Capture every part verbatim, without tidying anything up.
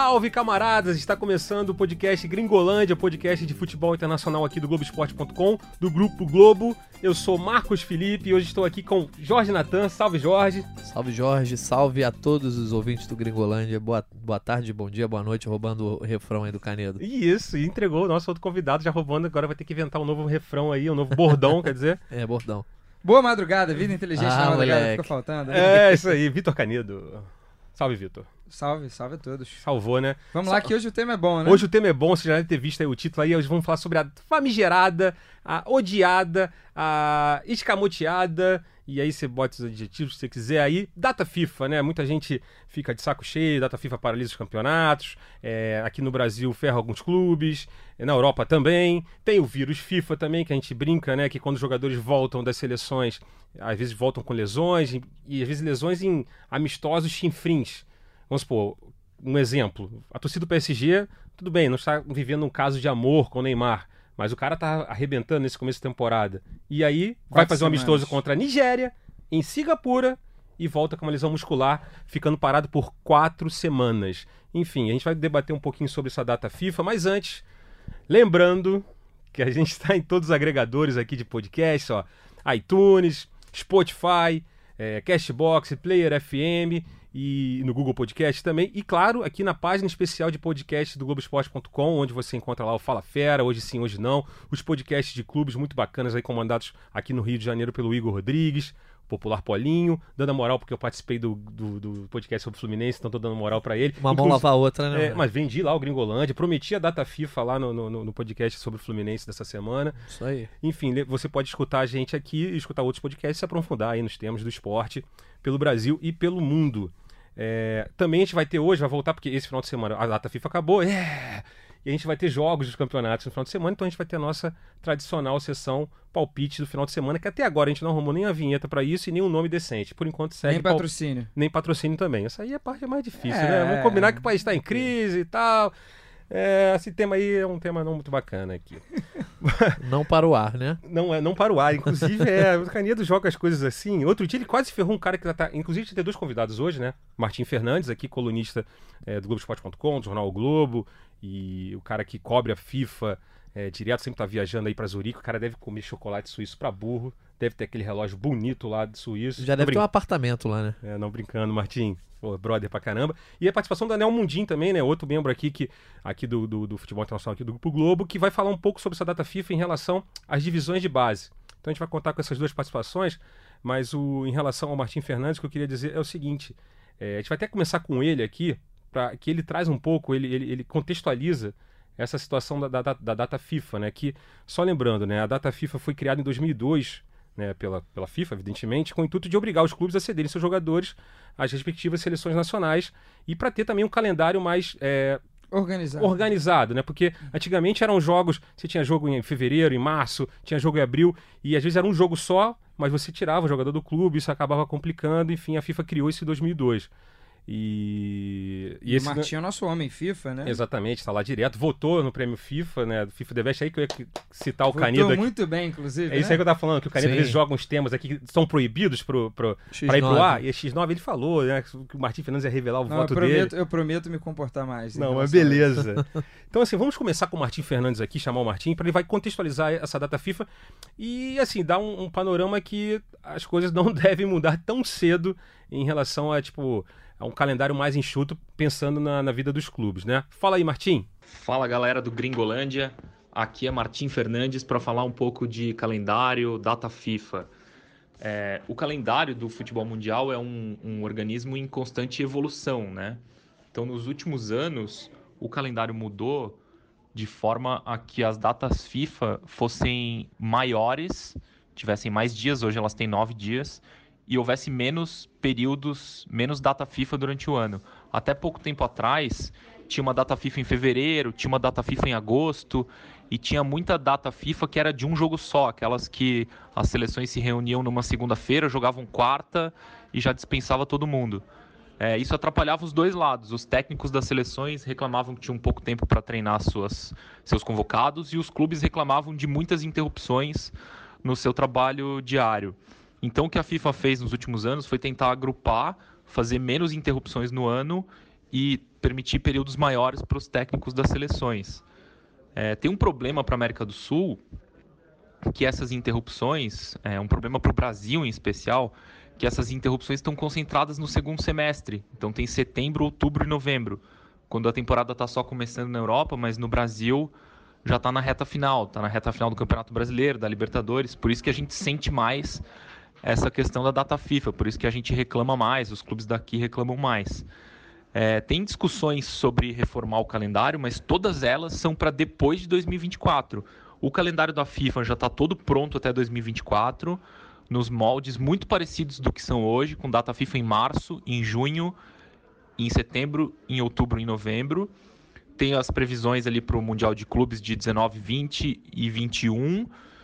Salve, camaradas! Está começando o podcast Gringolândia, podcast de futebol internacional aqui do Globo Esporte ponto com, do Grupo Globo. Eu sou Marcos Felipe e hoje estou aqui com Jorge Natan. Salve, Jorge! Salve, Jorge! Salve a todos os ouvintes do Gringolândia. Boa, boa tarde, bom dia, boa noite, roubando o refrão aí do Canedo. Isso, e entregou o nosso outro convidado já roubando, agora vai ter que inventar um novo refrão aí, um novo bordão, quer dizer? É, bordão. Boa madrugada, vida inteligente Ah, na madrugada, moleque. fica faltando. Né? É, isso aí, Vitor Canedo. Salve, Vitor. Salve, salve a todos. Salvou, né? Vamos Sal... lá que hoje o tema é bom, né? Hoje o tema é bom, você já deve ter visto aí o título aí, hoje vamos falar sobre a famigerada, a odiada, a escamoteada, e aí você bota os adjetivos que você quiser aí, data FIFA, né? Muita gente fica de saco cheio, data FIFA paralisa os campeonatos, é, aqui no Brasil ferra alguns clubes, na Europa também, tem o vírus FIFA também, que a gente brinca, né? Que quando os jogadores voltam das seleções, às vezes voltam com lesões, e, e às vezes lesões em amistosos chinfrins. Vamos supor, um exemplo, a torcida do P S G, tudo bem, não está vivendo um caso de amor com o Neymar, mas o cara tá arrebentando nesse começo de temporada. E aí vai fazer um amistoso contra a Nigéria, em Singapura, e volta com uma lesão muscular, ficando parado por quatro semanas. Enfim, a gente vai debater um pouquinho sobre essa data FIFA, mas antes, lembrando que a gente está em todos os agregadores aqui de podcast, ó, iTunes, Spotify, é, Castbox, Player F M e no Google Podcast também. E claro, aqui na página especial de podcast do Globo Esporte ponto com, onde você encontra lá o Fala Fera, Hoje Sim, Hoje Não, os podcasts de clubes muito bacanas aí, comandados aqui no Rio de Janeiro pelo Igor Rodrigues, Popular Polinho, dando a moral porque eu participei do, do, do podcast sobre o Fluminense, então tô dando moral pra ele. Uma mão lavar a outra, né? É, mas vendi lá o Gringolândia, prometi a data FIFA lá no, no, no podcast sobre o Fluminense dessa semana. Isso aí. Enfim, você pode escutar a gente aqui e escutar outros podcasts e se aprofundar aí nos temas do esporte pelo Brasil e pelo mundo. É, também a gente vai ter hoje, vai voltar, porque esse final de semana a data FIFA acabou, é, e a gente vai ter jogos dos campeonatos no final de semana, então a gente vai ter a nossa tradicional sessão palpite do final de semana, que até agora a gente não arrumou nem a vinheta pra isso e nem um nome decente. Por enquanto segue... Nem patrocínio. Pal... Nem patrocínio também. Essa aí é a parte mais difícil, é... né? Vamos combinar que o país está em crise e tal. É, esse tema aí é um tema não muito bacana aqui. Não para o ar, né? Não, é, não para o ar. Inclusive, é, o Canedo joga as coisas assim. Outro dia ele quase ferrou um cara que tá... Inclusive, a gente tem dois convidados hoje, né? Martim Fernandes, aqui, colunista é, do Globo Esporte ponto com, do jornal O Globo. E o cara que cobre a FIFA é, direto, sempre tá viajando aí pra Zurique. O cara deve comer chocolate suíço pra burro. Deve ter aquele relógio bonito lá de suíço. Já não deve brin... ter um apartamento lá, né? É, não brincando, Martim. Pô, brother pra caramba. E a participação do Anel Mundim também, né? Outro membro aqui, que, aqui do, do, do Futebol Internacional, aqui do Grupo Globo, que vai falar um pouco sobre essa data FIFA em relação às divisões de base. Então a gente vai contar com essas duas participações, mas o, em relação ao Martim Fernandes, o que eu queria dizer é o seguinte, é, a gente vai até começar com ele aqui, para que ele traz um pouco, ele, ele, ele contextualiza essa situação da, da, da data FIFA, né? Que, só lembrando, né? A data FIFA foi criada em dois mil e dois, né, pela, pela FIFA, evidentemente, com o intuito de obrigar os clubes a cederem seus jogadores às respectivas seleções nacionais e para ter também um calendário mais é, organizado. organizado, né? Porque antigamente eram jogos, você tinha jogo em fevereiro, em março, tinha jogo em abril, e às vezes era um jogo só, mas você tirava o jogador do clube, isso acabava complicando, enfim, a FIFA criou isso em dois mil e dois. E, e, e esse o Martim é o nosso homem FIFA, né? Exatamente, está lá direto, votou no prêmio FIFA, né, do FIFA The Best, aí que eu ia citar o Votou Canedo aqui. muito bem, inclusive, É isso né? aí que eu tava falando, que o Canedo Sim. às vezes joga uns temas aqui que são proibidos pro, pro, pra ir pro ar, e a X nove ele falou, né, que o Martim Fernandes ia revelar o Não, voto eu prometo, dele. eu prometo me comportar mais. Não, mas beleza. Então assim, vamos começar com o Martim Fernandes aqui, chamar o Martim, para ele vai contextualizar essa data FIFA e assim, dar um, um panorama que as coisas não devem mudar tão cedo em relação a, tipo... a um calendário mais enxuto, pensando na, na vida dos clubes, né? Fala aí, Martim. Fala, galera do Gringolândia. Aqui é Martim Fernandes para falar um pouco de calendário, data FIFA. É, o calendário do futebol mundial é um, um organismo em constante evolução, né? Então, nos últimos anos, o calendário mudou de forma a que as datas FIFA fossem maiores, tivessem mais dias, hoje elas têm nove dias, e houvesse menos períodos, menos data FIFA durante o ano. Até pouco tempo atrás, tinha uma data FIFA em fevereiro, tinha uma data FIFA em agosto, e tinha muita data FIFA que era de um jogo só, aquelas que as seleções se reuniam numa segunda-feira, jogavam quarta e já dispensava todo mundo. É, isso atrapalhava os dois lados. Os técnicos das seleções reclamavam que tinham pouco tempo para treinar suas, seus convocados, e os clubes reclamavam de muitas interrupções no seu trabalho diário. Então, o que a FIFA fez nos últimos anos foi tentar agrupar, fazer menos interrupções no ano e permitir períodos maiores para os técnicos das seleções. É, tem um problema para a América do Sul, que essas interrupções, é um problema para o Brasil em especial, que essas interrupções estão concentradas no segundo semestre. Então tem setembro, outubro e novembro, quando a temporada está só começando na Europa, mas no Brasil já está na reta final, está na reta final do Campeonato Brasileiro, da Libertadores, por isso que a gente sente mais essa questão da data FIFA, por isso que a gente reclama mais, os clubes daqui reclamam mais. É, tem discussões sobre reformar o calendário, mas todas elas são para depois de dois mil e vinte e quatro. O calendário da FIFA já está todo pronto até dois mil e vinte e quatro, nos moldes muito parecidos do que são hoje, com data FIFA em março, em junho, em setembro, em outubro e em novembro. Tem as previsões ali para o Mundial de Clubes de dezenove, vinte e vinte e um.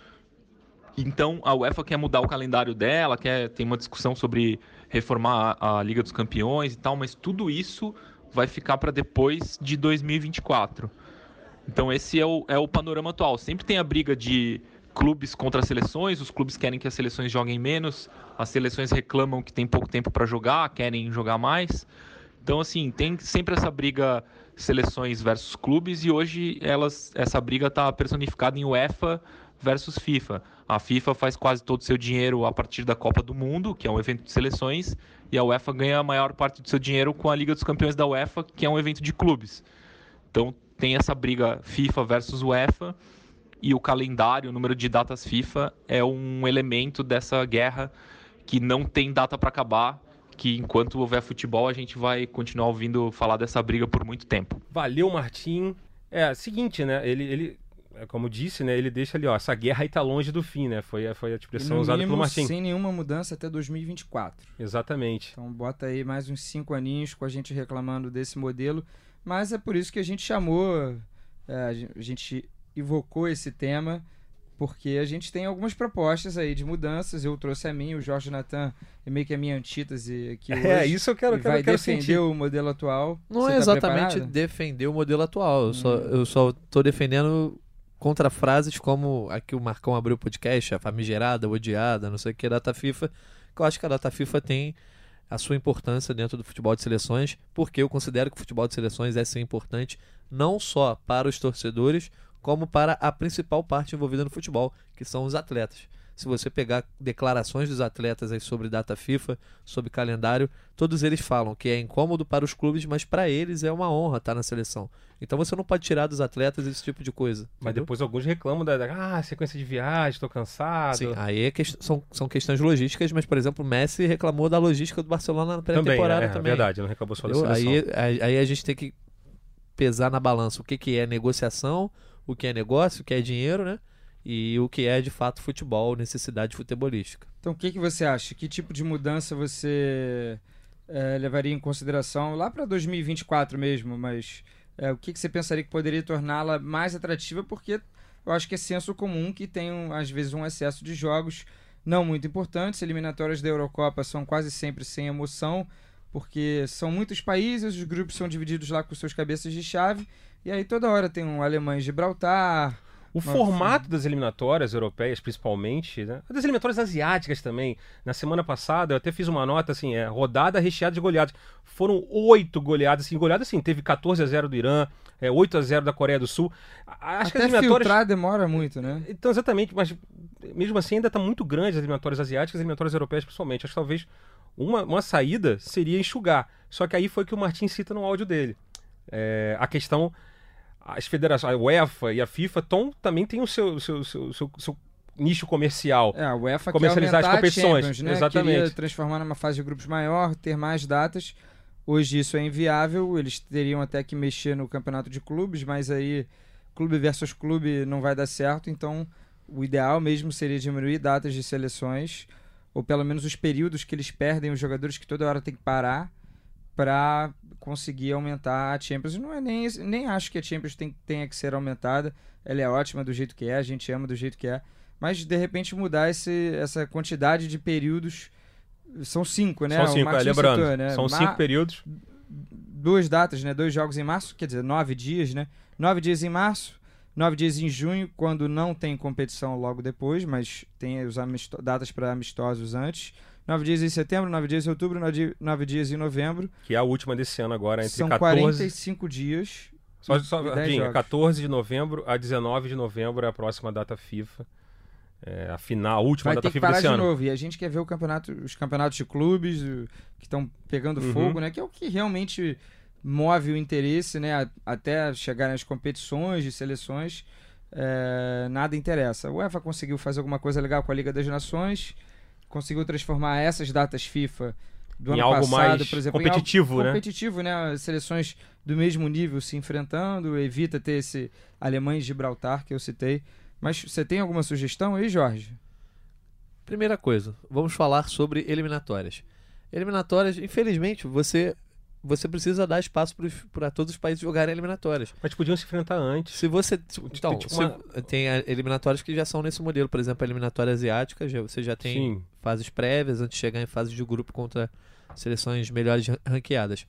Então, a UEFA quer mudar o calendário dela, quer, tem uma discussão sobre reformar a, a Liga dos Campeões e tal, mas tudo isso vai ficar para depois de dois mil e vinte e quatro. Então, esse é o, é o panorama atual. Sempre tem a briga de clubes contra as seleções, os clubes querem que as seleções joguem menos, as seleções reclamam que tem pouco tempo para jogar, querem jogar mais. Então, assim, tem sempre essa briga seleções versus clubes, e hoje elas, essa briga está personificada em UEFA versus FIFA. A FIFA faz quase todo o seu dinheiro a partir da Copa do Mundo, que é um evento de seleções, e a UEFA ganha a maior parte do seu dinheiro com a Liga dos Campeões da UEFA, que é um evento de clubes. Então, tem essa briga FIFA versus UEFA, e o calendário, o número de datas FIFA, é um elemento dessa guerra que não tem data para acabar, que enquanto houver futebol a gente vai continuar ouvindo falar dessa briga por muito tempo. Valeu, Martim. É, seguinte, né, ele, ele como disse, né, ele deixa ali, ó, essa guerra aí tá longe do fim, né, foi, foi a expressão usada pelo Martim. Sem nenhuma mudança até dois mil e vinte e quatro. Exatamente. Então bota aí mais uns cinco aninhos com a gente reclamando desse modelo, mas é por isso que a gente chamou, é, a gente evocou esse tema, porque a gente tem algumas propostas aí de mudanças. Eu trouxe a minha, o Jorge Natan é meio que a minha antítese aqui hoje. É, isso eu quero, e quero, vai quero defender sentir. o modelo atual. Não Você é tá exatamente preparado? defender o modelo atual. Eu, Hum. só, eu só tô defendendo contra frases como a que o Marcão abriu o podcast, a famigerada, odiada, não sei o que, a data FIFA, que eu acho que a data FIFA tem a sua importância dentro do futebol de seleções, porque eu considero que o futebol de seleções é sim importante, não só para os torcedores, como para a principal parte envolvida no futebol, que são os atletas. Se você pegar declarações dos atletas aí sobre data FIFA, sobre calendário, todos eles falam que é incômodo para os clubes, mas para eles é uma honra estar na seleção. Então você não pode tirar dos atletas esse tipo de coisa. Mas entendeu? depois alguns reclamam da, da ah, sequência de viagem, tô cansado. Sim, aí é que, são, são questões logísticas, mas, por exemplo, o Messi reclamou da logística do Barcelona na pré-temporada também. É, também. É verdade, não reclamou só da Entendeu? seleção. Aí, aí, aí a gente tem que pesar na balança o que, que é negociação, o que é negócio, o que é dinheiro, né? E o que é, de fato, futebol, necessidade futebolística. Então o que, que você acha? Que tipo de mudança você é, levaria em consideração lá para dois mil e vinte e quatro mesmo, mas é, o que, que você pensaria que poderia torná-la mais atrativa? Porque eu acho que é senso comum que tem, um, às vezes, um excesso de jogos não muito importantes. Eliminatórias da Eurocopa são quase sempre sem emoção, porque são muitos países, os grupos são divididos lá com suas cabeças de chave, e aí toda hora tem um Alemanha e Gibraltar. O formato das eliminatórias europeias, principalmente, né? Das eliminatórias asiáticas também. Na semana passada, eu até fiz uma nota, assim, é, rodada recheada de goleadas. Foram oito goleadas, assim, goleadas, assim, teve quatorze a zero do Irã, é, oito a zero da Coreia do Sul. Acho Até que as eliminatórias... filtrar demora muito, né? Então, exatamente, mas mesmo assim ainda está muito grande as eliminatórias asiáticas e as eliminatórias europeias, principalmente. Acho que talvez uma, uma saída seria enxugar. Só que aí foi que o Martim cita no áudio dele. É, a questão... As federações, a UEFA e a FIFA tom, também tem o seu, seu, seu, seu, seu nicho comercial. É, a UEFA comercializar quer as competições. Champions, né? Exatamente. Queria transformar numa fase de grupos maior, ter mais datas. Hoje isso é inviável, eles teriam até que mexer no campeonato de clubes, mas aí clube versus clube não vai dar certo, então o ideal mesmo seria diminuir datas de seleções, ou pelo menos os períodos que eles perdem, os jogadores que toda hora tem que parar, para conseguir aumentar a Champions. Não é nem, nem acho que a Champions tem, tenha que ser aumentada, ela é ótima do jeito que é, a gente ama do jeito que é, mas de repente mudar esse, essa quantidade de períodos. São cinco, né? São cinco, é, lembrando, citou, né? São Ma- cinco períodos. Duas datas, né? Dois jogos em março, quer dizer, nove dias, né? Nove dias em março, Nove dias em junho, quando não tem competição logo depois, mas tem as amisto- datas para amistosos antes. Nove dias em setembro, nove dias em outubro, nove, di- nove dias em novembro. Que é a última desse ano agora, entre São quatorze... quarenta e cinco dias. Só, e- só e dez Vinha, jogos. quatorze de novembro a dezenove de novembro é a próxima data FIFA. É, a final, a última Vai data ter que FIFA parar desse de ano. novo. E a gente quer ver o campeonato, os campeonatos de clubes o- que estão pegando Uhum. fogo, né? Que é o que realmente move o interesse, né? a- Até chegar nas competições de seleções, é, nada interessa. O UEFA conseguiu fazer alguma coisa legal com a Liga das Nações, conseguiu transformar essas datas FIFA do Em ano algo passado, mais por exemplo, competitivo, em algo né? competitivo, né? As seleções do mesmo nível se enfrentando, evita ter esse Alemanha e Gibraltar que eu citei. Mas você tem alguma sugestão aí, Jorge? Primeira coisa, vamos falar sobre eliminatórias. Eliminatórias, infelizmente, você, você precisa dar espaço para todos os países jogarem eliminatórias. Mas podiam se enfrentar antes. Se você. Então, tipo se- uma- tem a- eliminatórias que já são nesse modelo. Por exemplo, a eliminatória asiática, já- você já tem Sim. fases prévias antes de chegar em fases de grupo contra seleções melhores ran- ranqueadas.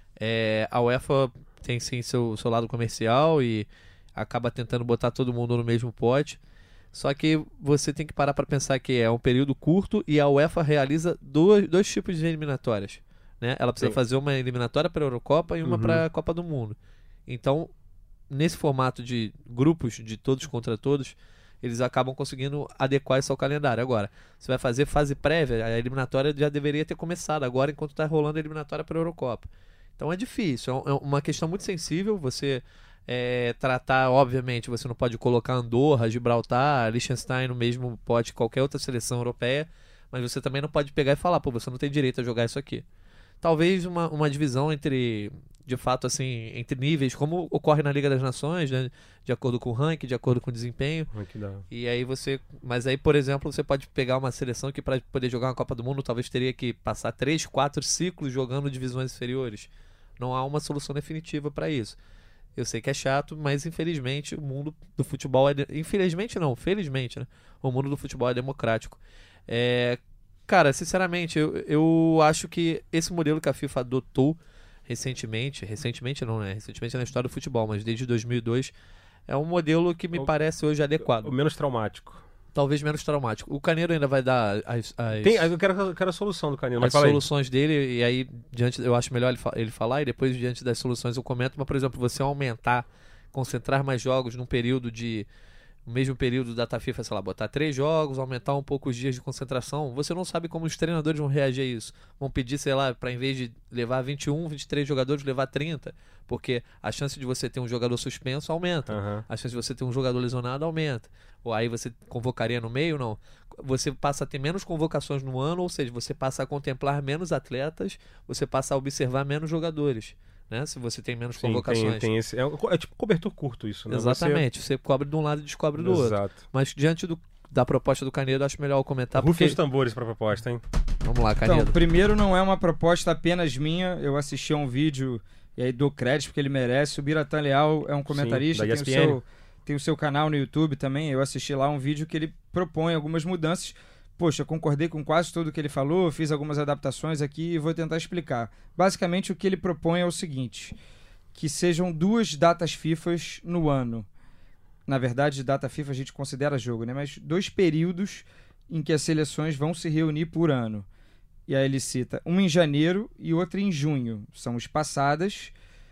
É, a UEFA tem sim seu, seu lado comercial e acaba tentando botar todo mundo no mesmo pote. Só que você tem que parar para pensar que é um período curto e a UEFA realiza dois, dois tipos de eliminatórias. Né? Ela precisa Sim. fazer uma eliminatória para a Eurocopa e uma Uhum. para a Copa do Mundo. Então, nesse formato de grupos, de todos contra todos, eles acabam conseguindo adequar isso ao calendário. Agora, você vai fazer fase prévia, a eliminatória já deveria ter começado agora, enquanto está rolando a eliminatória para a Eurocopa. Então é difícil, é um- é uma questão muito sensível. Você é, tratar, obviamente, você não pode colocar Andorra, Gibraltar, Liechtenstein no mesmo pote que qualquer outra seleção europeia, mas você também não pode pegar e falar, pô, você não tem direito a jogar isso aqui. Talvez uma, uma divisão entre, de fato, assim, entre níveis, como ocorre na Liga das Nações, né, de acordo com o ranking, de acordo com o desempenho. Ai, que dá. E aí você, mas aí, por exemplo, você pode pegar uma seleção que para poder jogar uma Copa do Mundo talvez teria que passar três, quatro ciclos jogando divisões inferiores. Não há uma solução definitiva para isso. Eu sei que é chato, mas infelizmente o mundo do futebol é de... infelizmente não, felizmente, né? O mundo do futebol é democrático. É... Cara, sinceramente, eu, eu acho que esse modelo que a FIFA adotou recentemente, recentemente não, né? Recentemente na história do futebol, mas desde dois mil e dois, é um modelo que me O- parece hoje adequado. O menos traumático. Talvez menos traumático. O Caneiro ainda vai dar as, as, Tem, eu quero, eu quero a solução do Canino, mas as fala aí. soluções dele, e aí diante, eu acho melhor ele, fa- ele falar, e depois diante das soluções eu comento. Mas, por exemplo, você aumentar, concentrar mais jogos num período de... no mesmo período da data FIFA, sei lá, botar três jogos, aumentar um pouco os dias de concentração, você não sabe como os treinadores vão reagir a isso. Vão pedir, sei lá, para em vez de levar vinte e um, vinte e três jogadores, levar trinta, porque a chance de você ter um jogador suspenso aumenta. Aham. A chance de você ter um jogador lesionado aumenta. Ou aí você convocaria no meio, não. Você passa a ter menos convocações no ano, ou seja, você passa a contemplar menos atletas, você passa a observar menos jogadores, né? Se você tem menos Sim, convocações. tem, tem esse, é, é tipo cobertor curto isso, né? Exatamente. Você... cobre de um lado e descobre do outro. Exato. Mas diante do, da proposta do Canedo, acho melhor eu comentar. Rufem Porque... os tambores pra proposta, hein? Vamos lá, Então, Canedo. primeiro não é uma proposta apenas minha. Eu assisti a um vídeo e aí dou crédito porque ele merece. O Biratan Leal é um comentarista, Sim, da tem, o E S P N. seu, tem o seu canal no YouTube também. Eu assisti lá um vídeo que ele propõe algumas mudanças. Poxa, eu concordei com quase tudo que ele falou, fiz algumas adaptações aqui e vou tentar explicar. Basicamente, o que ele propõe é o seguinte: que sejam duas datas FIFAs no ano. Na verdade, data FIFA a gente considera jogo, né? Mas dois períodos em que as seleções vão se reunir por ano. E aí ele cita uma em janeiro e outra em junho. São espaçadas.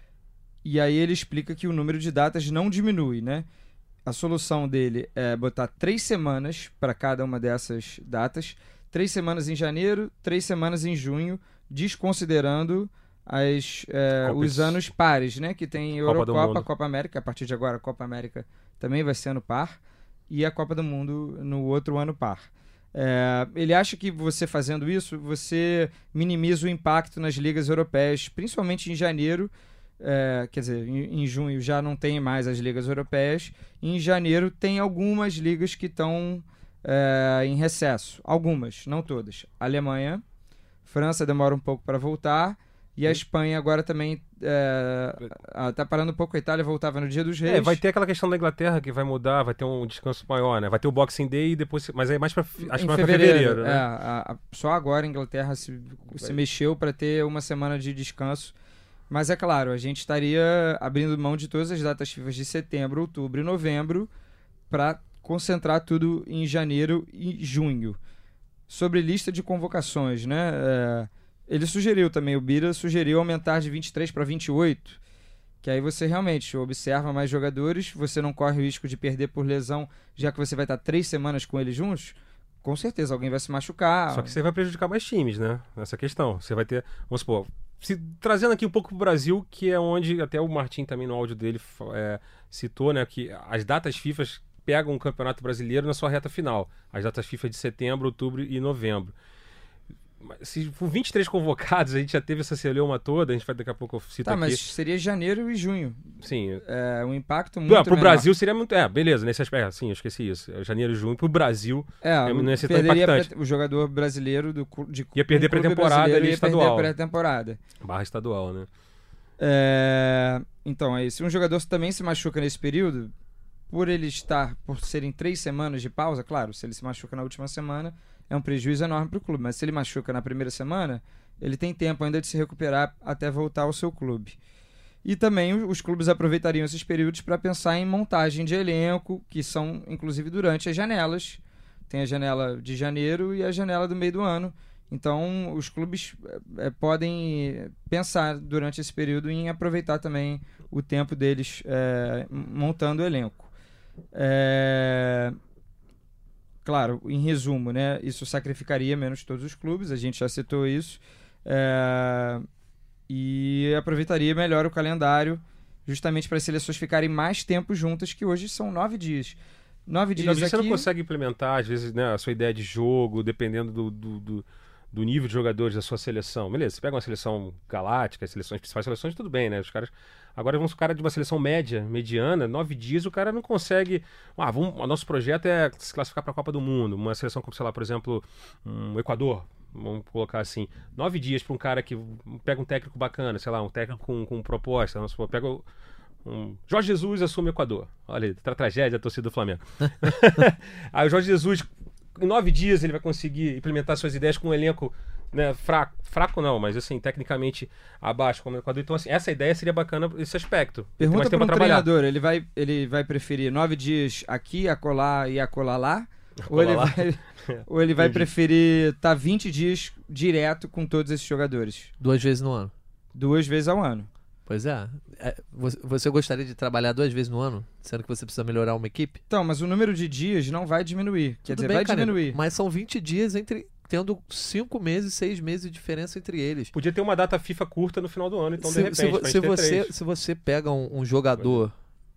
E aí ele explica que o número de datas não diminui, né? A solução dele é botar três semanas para cada uma dessas datas. Três semanas em janeiro, três semanas em junho, desconsiderando as, é, Copas. os anos pares, né? Que tem Copa do Eurocopa, Mundo. Copa América. A partir de agora, a Copa América também vai ser ano par. E a Copa do Mundo no outro ano par. É, ele acha que você fazendo isso, você minimiza o impacto nas ligas europeias, principalmente em janeiro. É, quer dizer, em, em junho já não tem mais as ligas europeias. Em janeiro tem algumas ligas que estão é, em recesso. Algumas, não todas. Alemanha, França demora um pouco para voltar. E a Espanha agora também está parando um pouco. A Itália voltava no Dia dos Reis. É, vai ter aquela questão da Inglaterra que vai mudar, vai ter um descanso maior, né? Vai ter o Boxing Day e depois. Mas é mais pra. Acho que em mais pra fevereiro, fevereiro, né? é, a- a- só agora a Inglaterra se, se mexeu para ter uma semana de descanso. Mas é claro, a gente estaria abrindo mão de todas as datas FIFA de setembro, outubro e novembro para concentrar tudo em janeiro e junho. Sobre lista de convocações, né? É, ele sugeriu também, o Bira sugeriu aumentar de vinte e três para vinte e oito, que aí você realmente observa mais jogadores, você não corre o risco de perder por lesão, já que você vai estar três semanas com eles juntos. Com certeza, alguém vai se machucar. Só que você vai prejudicar mais times, né? Nessa questão. Você vai ter, vamos supor, se, trazendo aqui um pouco pro Brasil, que é onde até o Martim também no áudio dele é, citou, né? Que as datas FIFA pegam o Campeonato Brasileiro na sua reta final. As datas FIFA de setembro, outubro e novembro. Se for vinte e três convocados, a gente já teve essa celeuma toda, a gente vai daqui a pouco citar tá, aqui. Mas seria janeiro e junho. Sim. É um impacto muito Pro menor. Brasil seria muito... É, beleza, nesse aspecto. Sim, eu esqueci isso. Janeiro e junho. Pro Brasil, é, não ia ser tão perderia impactante. Pré, o jogador brasileiro do, de ia perder um clube pré-temporada brasileiro ali ia estadual. perder pré-temporada. Barra estadual, né? É, então, aí, se um jogador também se machuca nesse período, por ele estar, por serem três semanas de pausa, claro, se ele se machuca na última semana, é um prejuízo enorme para o clube, mas se ele machuca na primeira semana, ele tem tempo ainda de se recuperar até voltar ao seu clube. E também os clubes aproveitariam esses períodos para pensar em montagem de elenco, que são inclusive durante as janelas. Tem a janela de janeiro e a janela do meio do ano. Então os clubes é, podem pensar durante esse período em aproveitar também o tempo deles é, montando o elenco. É... Claro, em resumo, né, isso sacrificaria menos todos os clubes, a gente já citou isso, é, e aproveitaria melhor o calendário, justamente para as seleções ficarem mais tempo juntas, que hoje são nove dias. Nove dias e, aqui... Você não consegue implementar, às vezes, né, a sua ideia de jogo, dependendo do, do, do, do nível de jogadores da sua seleção. Beleza, você pega uma seleção galáctica, as seleções, principais seleções, tudo bem, né? Os caras... Agora, vamos um cara de uma seleção média, mediana, nove dias, o cara não consegue... Ah, vamos, o nosso projeto é se classificar para a Copa do Mundo. Uma seleção como, sei lá, por exemplo, um Equador, vamos colocar assim. Nove dias para um cara que pega um técnico bacana, sei lá, um técnico com, com proposta. Vamos supor, pega um... Jorge Jesus assume o Equador. Olha aí, tra tragédia a torcida do Flamengo. Aí o Jorge Jesus, em nove dias, ele vai conseguir implementar suas ideias com um elenco... Né, fraco, fraco não, mas assim, tecnicamente abaixo como o Equador. Então, assim, essa ideia seria bacana esse aspecto. Pergunta para um treinador, ele vai, ele vai preferir nove dias aqui, acolá e acolá lá? Ou ele, lá. Vai, ou ele vai preferir estar tá vinte dias direto com todos esses jogadores? Duas vezes no ano. Duas vezes ao ano. Pois é. é você, você gostaria de trabalhar duas vezes no ano, sendo que você precisa melhorar uma equipe? Então, mas o número de dias não vai diminuir. Quer Tudo dizer, bem, vai Canedo, diminuir. Mas são vinte dias entre... tendo cinco meses, seis meses de diferença entre eles. Podia ter uma data FIFA curta no final do ano, então se, de repente, se, pra se, ter você, três. se você pega um, um jogador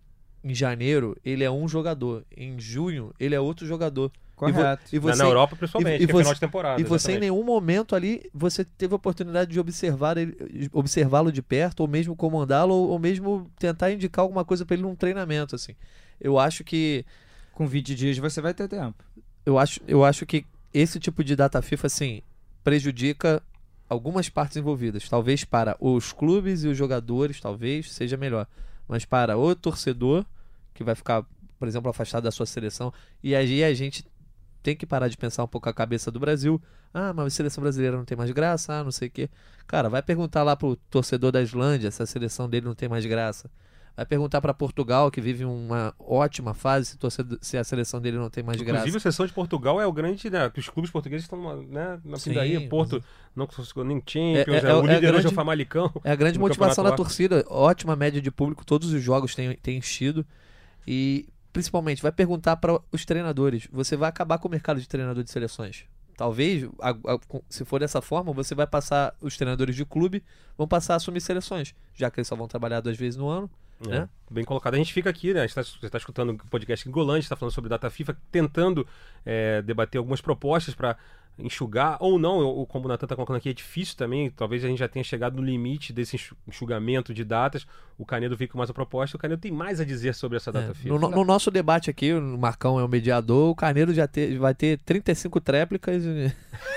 em janeiro, ele é um jogador. Em junho, ele é outro jogador. Correto. E, vo, e você, na, na Europa, principalmente, e, e que é você, final de temporada. E você, exatamente. em nenhum momento ali, você teve a oportunidade de observar ele, observá-lo de perto, ou mesmo comandá-lo, ou, ou mesmo tentar indicar alguma coisa para ele num treinamento, assim. Eu acho que... Com vinte dias você vai ter tempo. Eu acho, eu acho que esse tipo de data FIFA, assim, prejudica algumas partes envolvidas. Talvez para os clubes e os jogadores, talvez seja melhor. Mas para o torcedor, que vai ficar, por exemplo, afastado da sua seleção, e aí a gente tem que parar de pensar um pouco a cabeça do Brasil. Ah, mas a seleção brasileira não tem mais graça, ah, não sei o quê. Cara, vai perguntar lá pro torcedor da Islândia se a seleção dele não tem mais graça. Vai perguntar para Portugal, que vive uma ótima fase, se, torcedor, se a seleção dele não tem mais Inclusive, graça. a seleção de Portugal é o grande, né, que os clubes portugueses estão numa, né, na pindaíra. Porto não conseguiu nem Champions, é, é, o é líder grande, hoje é o Famalicão. É a grande motivação da torcida, ótima média de público, todos os jogos têm, têm enchido. E, principalmente, vai perguntar para os treinadores. Você vai acabar com o mercado de treinador de seleções. Talvez, a, a, se for dessa forma, você vai passar, os treinadores de clube vão passar a assumir seleções, já que eles só vão trabalhar duas vezes no ano. É, né? Bem colocado. A gente fica aqui, né? A gente tá, você está escutando o podcast Gringolândia, está falando sobre data FIFA, tentando é, debater algumas propostas para enxugar, ou não, eu, como o Natan está colocando aqui, é difícil também, talvez a gente já tenha chegado no limite desse enxugamento de datas. O Canedo veio com mais a proposta, o Canedo tem mais a dizer sobre essa data é, FIFA. No, no nosso debate aqui, o Marcão é o mediador, o Canedo já te, vai ter trinta e cinco tréplicas. E...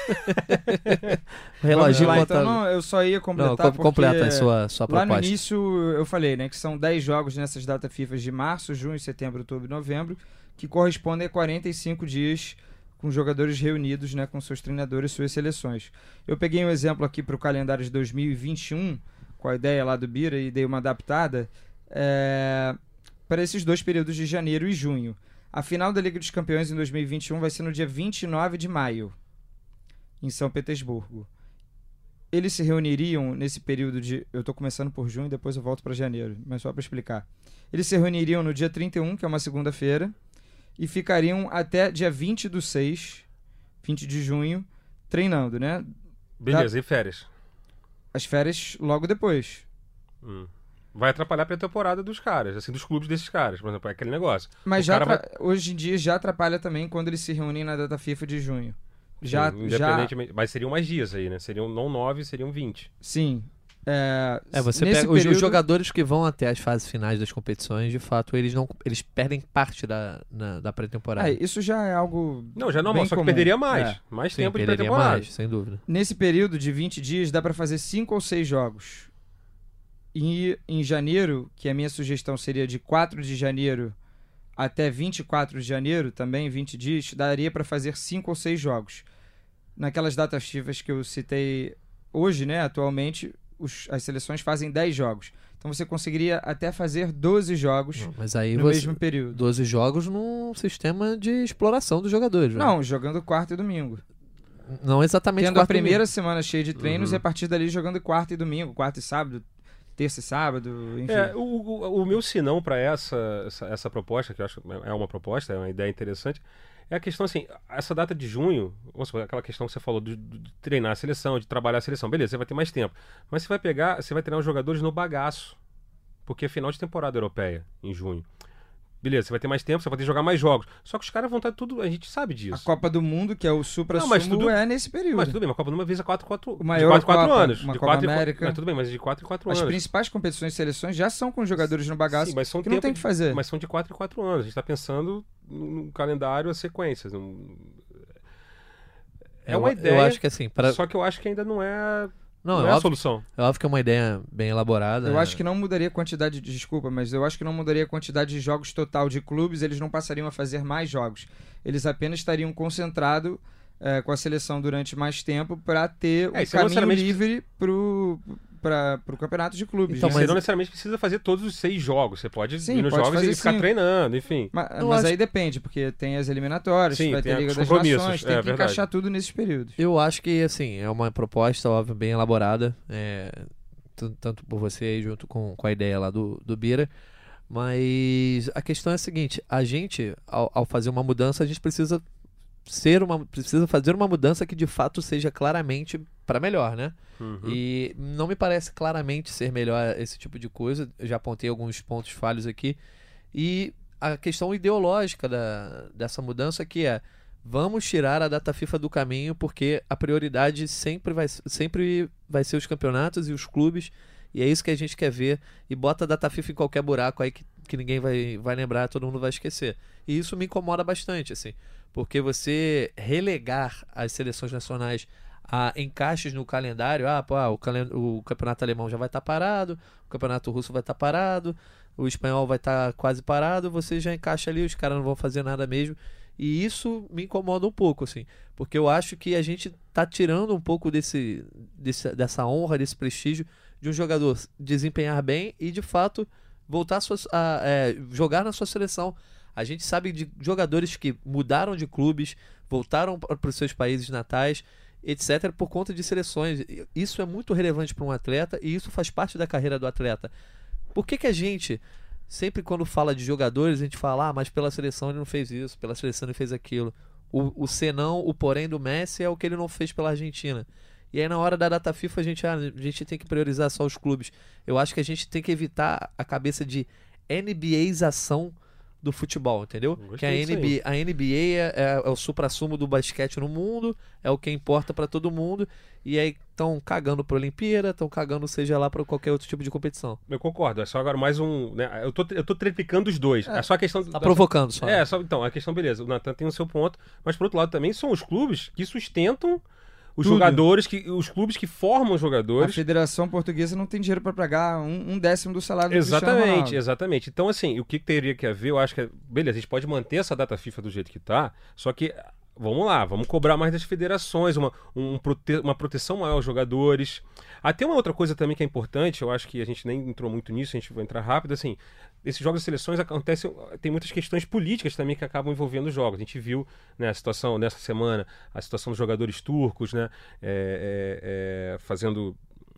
o reloginho lá, bota... então, não, eu só ia completar não, porque completa a sua, sua lá proposta. no início eu falei, né, que são dez jogos nessas datas FIFA de março, junho, setembro, outubro e novembro, que correspondem a quarenta e cinco dias com jogadores reunidos, né, com seus treinadores e suas seleções. Eu peguei um exemplo aqui para o calendário de dois mil e vinte e um, com a ideia lá do Bira e dei uma adaptada, é, para esses dois períodos de janeiro e junho. A final da Liga dos Campeões em dois mil e vinte e um vai ser no dia vinte e nove de maio, em São Petersburgo. Eles se reuniriam nesse período de... Eu estou começando por junho, depois eu volto para janeiro, mas só para explicar. Eles se reuniriam no dia trinta e um, que é uma segunda-feira, e ficariam até dia vinte do seis, vinte de junho, treinando, né? Beleza, Da... e férias? As férias logo depois. Hum. Vai atrapalhar a pré-temporada dos caras, assim, dos clubes desses caras, por exemplo, é aquele negócio. Mas O já cara atra... hoje em dia já atrapalha também quando eles se reúnem na data FIFA de junho. Já, sim, já... independentemente... Mas seriam mais dias aí, né? Seriam não nove, seriam vinte. Sim. É, É, você nesse pega os- período... os jogadores que vão até as fases finais das competições, de fato, eles não eles perdem parte da, na- da pré-temporada. É, isso já é algo Não, já é normal, bem só que comum. perderia mais. É. Mais Sim, tempo de perderia pré-temporada. mais, sem dúvida. Nesse período de vinte dias dá para fazer cinco ou seis jogos. E em janeiro, que a minha sugestão seria de quatro de janeiro até vinte e quatro de janeiro, também vinte dias, daria para fazer cinco ou seis jogos. Naquelas datas FIFA que eu citei hoje, né, atualmente, os- as seleções fazem dez jogos. Então você conseguiria até fazer doze jogos Não, mas aí no você... mesmo período. doze jogos num sistema de exploração dos jogadores. né? Não, jogando quarta e domingo. Não exatamente Tendo a quarto primeira semana cheia de treinos Uhum. e a partir dali jogando quarta e domingo, quarta e sábado, terça e sábado, enfim. É, o, o, o meu sinão para essa, essa, essa proposta, que eu acho é uma proposta, é uma ideia interessante, é a questão assim, essa data de junho, vamos supor, aquela questão que você falou de, de treinar a seleção, de trabalhar a seleção, beleza, você vai ter mais tempo. Mas você vai pegar, você vai treinar os jogadores no bagaço, porque é final de temporada europeia, em junho. Beleza, você vai ter mais tempo, você vai ter que jogar mais jogos. Só que os caras vão estar tudo, a gente sabe A disso. Copa do Mundo, que é o Não, supra-sumo, mas tudo- é nesse período. Mas tudo bem, uma Copa numa vez a quatro, quatro, O maior de quatro, quatro Copa, anos. uma de Copa quatro, e quatro- América. Mas tudo bem, mas de quatro em quatro As anos. principais competições de seleções já são com jogadores no bagaço, Sim, mas são que não tempo tem o que de- fazer. Mas são de quatro em quatro anos. A gente está pensando no no calendário, as sequências. Não- É uma eu, ideia, Eu acho que assim, para só que eu acho que ainda não é, não, não é é a óbvio, solução. é óbvio que é uma ideia bem elaborada. Eu né? acho que não mudaria a quantidade de... Desculpa, mas eu acho que não mudaria a quantidade de jogos total de clubes, eles não passariam a fazer mais jogos. Eles apenas estariam concentrados eh, com a seleção durante mais tempo para ter É, um isso não caminho necessariamente- livre pro, pra, pro campeonato de clubes. Então, né? Você mas- não necessariamente precisa fazer todos os seis jogos. Você pode Sim, ir nos pode jogos fazer e ficar cinco. treinando, enfim. Ma- Mas, Eu acho- aí depende, porque tem as eliminatórias, Sim, vai tem ter a Liga os das compromissos, Nações, é tem que verdade. encaixar tudo nesses períodos. Eu acho que, assim, é uma proposta, óbvio, bem elaborada, é, t- tanto por você aí, junto com, com a ideia lá do, do Bira, mas a questão é a seguinte, a gente, ao, ao fazer uma mudança, a gente precisa ser uma, precisa fazer uma mudança que de fato seja claramente para melhor, né? Uhum. E não me parece claramente ser melhor esse tipo de coisa. Eu já apontei alguns pontos falhos aqui. E a questão ideológica da, dessa mudança que é: vamos tirar a data FIFA do caminho, porque a prioridade sempre vai, sempre vai ser os campeonatos e os clubes. E é isso que a gente quer ver. E bota a data FIFA em qualquer buraco aí que, que ninguém vai, vai lembrar, todo mundo vai esquecer. E isso me incomoda bastante, assim. Porque você relegar as seleções nacionais a encaixes no calendário, ah, pô, ah, o, calen- o campeonato alemão já vai estar parado, o campeonato russo vai estar parado, o espanhol vai estar quase parado, você já encaixa ali, os caras não vão fazer nada mesmo. E isso me incomoda um pouco, assim, porque eu acho que a gente tá tirando um pouco desse, desse, dessa honra, desse prestígio de um jogador desempenhar bem e, de fato, voltar a, sua, a é, jogar na sua seleção. A gente sabe de jogadores que mudaram de clubes, voltaram para os seus países natais, etcétera, por conta de seleções. Isso é muito relevante para um atleta e isso faz parte da carreira do atleta. Por que que a gente, sempre quando fala de jogadores, a gente fala, ah, mas pela seleção ele não fez isso, pela seleção ele fez aquilo. O, o senão, o porém do Messi é o que ele não fez pela Argentina. E aí na hora da data FIFA a gente, ah, a gente tem que priorizar só os clubes. Eu acho que a gente tem que evitar a cabeça de N B A-ização do futebol, entendeu? Gostei Que a disso N B A, a N B A é, é o suprassumo do basquete no mundo, é o que importa pra todo mundo, e aí estão cagando pra Olimpíada, estão cagando seja lá pra qualquer outro tipo de competição. Eu concordo, é só agora mais um. Né, eu, tô, eu tô triplicando os dois. É, só a questão. Tá da- provocando só. É, só, então, a questão, beleza, o Natan tem o seu ponto, mas por outro lado também são os clubes que sustentam os Tudo. jogadores, que, os clubes que formam os A jogadores. Federação Portuguesa não tem dinheiro para pagar um, um décimo do salário do Cristiano Exatamente, Ronaldo. exatamente. Então, assim, o que teria que haver, eu acho que, é, beleza, a gente pode manter essa data FIFA do jeito que tá, só que vamos lá, vamos cobrar mais das federações, uma, um prote... uma proteção maior aos jogadores. Até uma outra coisa também que é importante, eu acho que a gente nem entrou muito nisso, a gente vai entrar rápido, assim, esses jogos de seleções acontecem, tem muitas questões políticas também que acabam envolvendo os jogos. A gente viu, né, a situação nessa semana, a situação dos jogadores turcos, né, é, é, é, fazendo...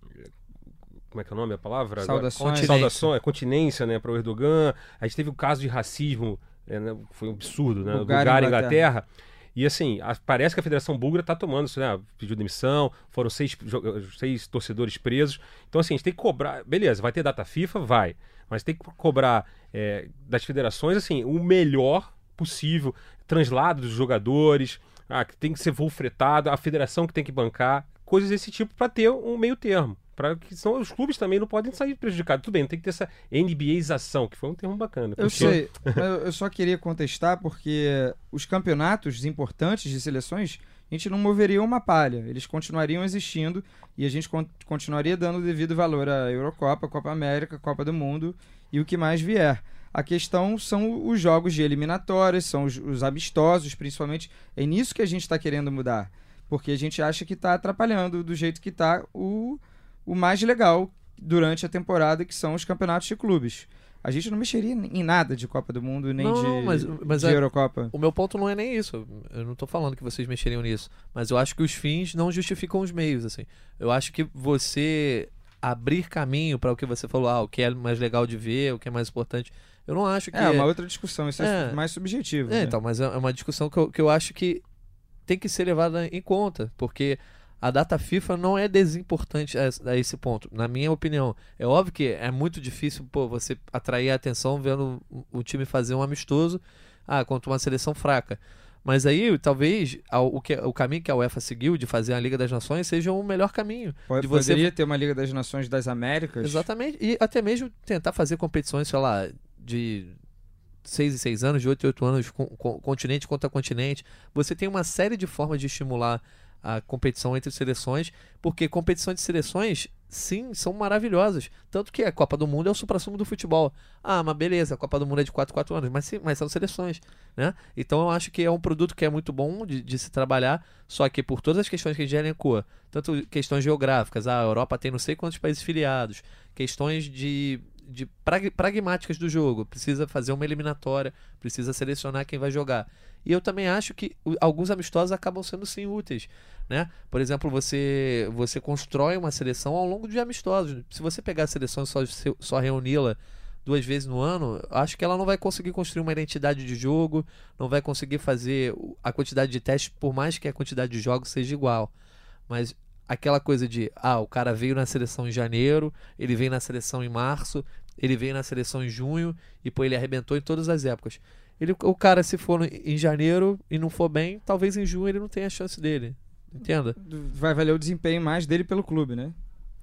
Como é que é o nome, a palavra? Saudações. Saudações, é, continência, né, para o Erdogan. A gente teve um caso de racismo, é, né, foi um absurdo, né? Bulgária e Inglaterra. Inglaterra. E assim, a, parece que a Federação Búlgara está tomando isso, né? Pediu demissão, foram seis, seis torcedores presos. Então, assim, a gente tem que cobrar. Beleza, vai ter data FIFA? Vai. Mas tem que cobrar é, das federações, assim, o melhor possível. Translado dos jogadores, ah, que tem que ser voo fretado, a federação que tem que bancar, coisas desse tipo para ter um meio termo. Para que senão os clubes também não podem sair prejudicados. Tudo bem, tem que ter essa N B A-ização, que foi um termo bacana. Eu sei, eu só queria contestar porque os campeonatos importantes de seleções, a gente não moveria uma palha. Eles continuariam existindo e a gente con- continuaria dando o devido valor à Eurocopa, Copa América, Copa do Mundo e o que mais vier. A questão são os jogos de eliminatórias, são os, os amistosos, principalmente. É nisso que a gente está querendo mudar. Porque a gente acha que está atrapalhando do jeito que está o... o mais legal durante a temporada, que são os campeonatos de clubes. A gente não mexeria em nada de Copa do Mundo, nem não, de, não, mas, mas de é, Eurocopa. O meu ponto não é nem isso. Eu não tô falando que vocês mexeriam nisso. Mas eu acho que os fins não justificam os meios, assim. Eu acho que você abrir caminho para o que você falou, ah, o que é mais legal de ver, o que é mais importante, eu não acho que... É, uma outra discussão. Isso é, é mais subjetivo. É, né? então, mas é uma discussão que eu, que eu acho que tem que ser levada em conta, porque... a data FIFA não é desimportante a, a esse ponto, na minha opinião. É óbvio que é muito difícil, pô, você atrair a atenção vendo o, o time fazer um amistoso ah, contra uma seleção fraca. Mas aí, talvez, o, que, o caminho que a UEFA seguiu de fazer a Liga das Nações seja o melhor caminho. Pode, de você... Poderia ter uma Liga das Nações das Américas. Exatamente. E até mesmo tentar fazer competições, sei lá, de seis em seis anos, de oito em oito anos, com, com, continente contra continente. Você tem uma série de formas de estimular a competição entre seleções, porque competição de seleções, sim, são maravilhosas. Tanto que a Copa do Mundo é o suprassumo do futebol. Ah, mas beleza, a Copa do Mundo é de quatro em quatro anos, mas, sim, mas são seleções, né? Então eu acho que é um produto que é muito bom de, de se trabalhar, só que por todas as questões que a gente já elencou, tanto questões geográficas, ah, a Europa tem não sei quantos países filiados, questões de... de prag- pragmáticas do jogo, precisa fazer uma eliminatória, precisa selecionar quem vai jogar. E eu também acho que alguns amistosos acabam sendo sim úteis, né? Por exemplo, você, você constrói uma seleção ao longo de amistosos. Se você pegar a seleção e só, só reuni-la duas vezes no ano, acho que ela não vai conseguir construir uma identidade de jogo, não vai conseguir fazer a quantidade de testes, por mais que a quantidade de jogos seja igual. Mas aquela coisa de, ah, o cara veio na seleção em janeiro, ele veio na seleção em março, ele veio na seleção em junho e pô, ele arrebentou em todas as épocas. Ele, o cara, se for em janeiro e não for bem, talvez em junho ele não tenha a chance dele. Entenda? Vai valer o desempenho mais dele pelo clube, né?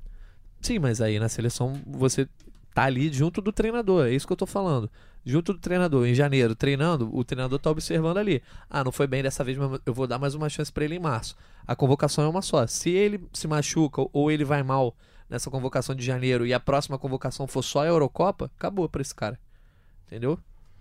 Sim, mas aí na seleção você tá ali junto do treinador, é isso que eu tô falando. Junto do treinador, em janeiro, treinando, o treinador tá observando ali. Ah, não foi bem dessa vez, mas eu vou dar mais uma chance para ele em março. A convocação é uma só. Se ele se machuca ou ele vai mal nessa convocação de janeiro e a próxima convocação for só a Eurocopa, acabou pra esse cara. Entendeu?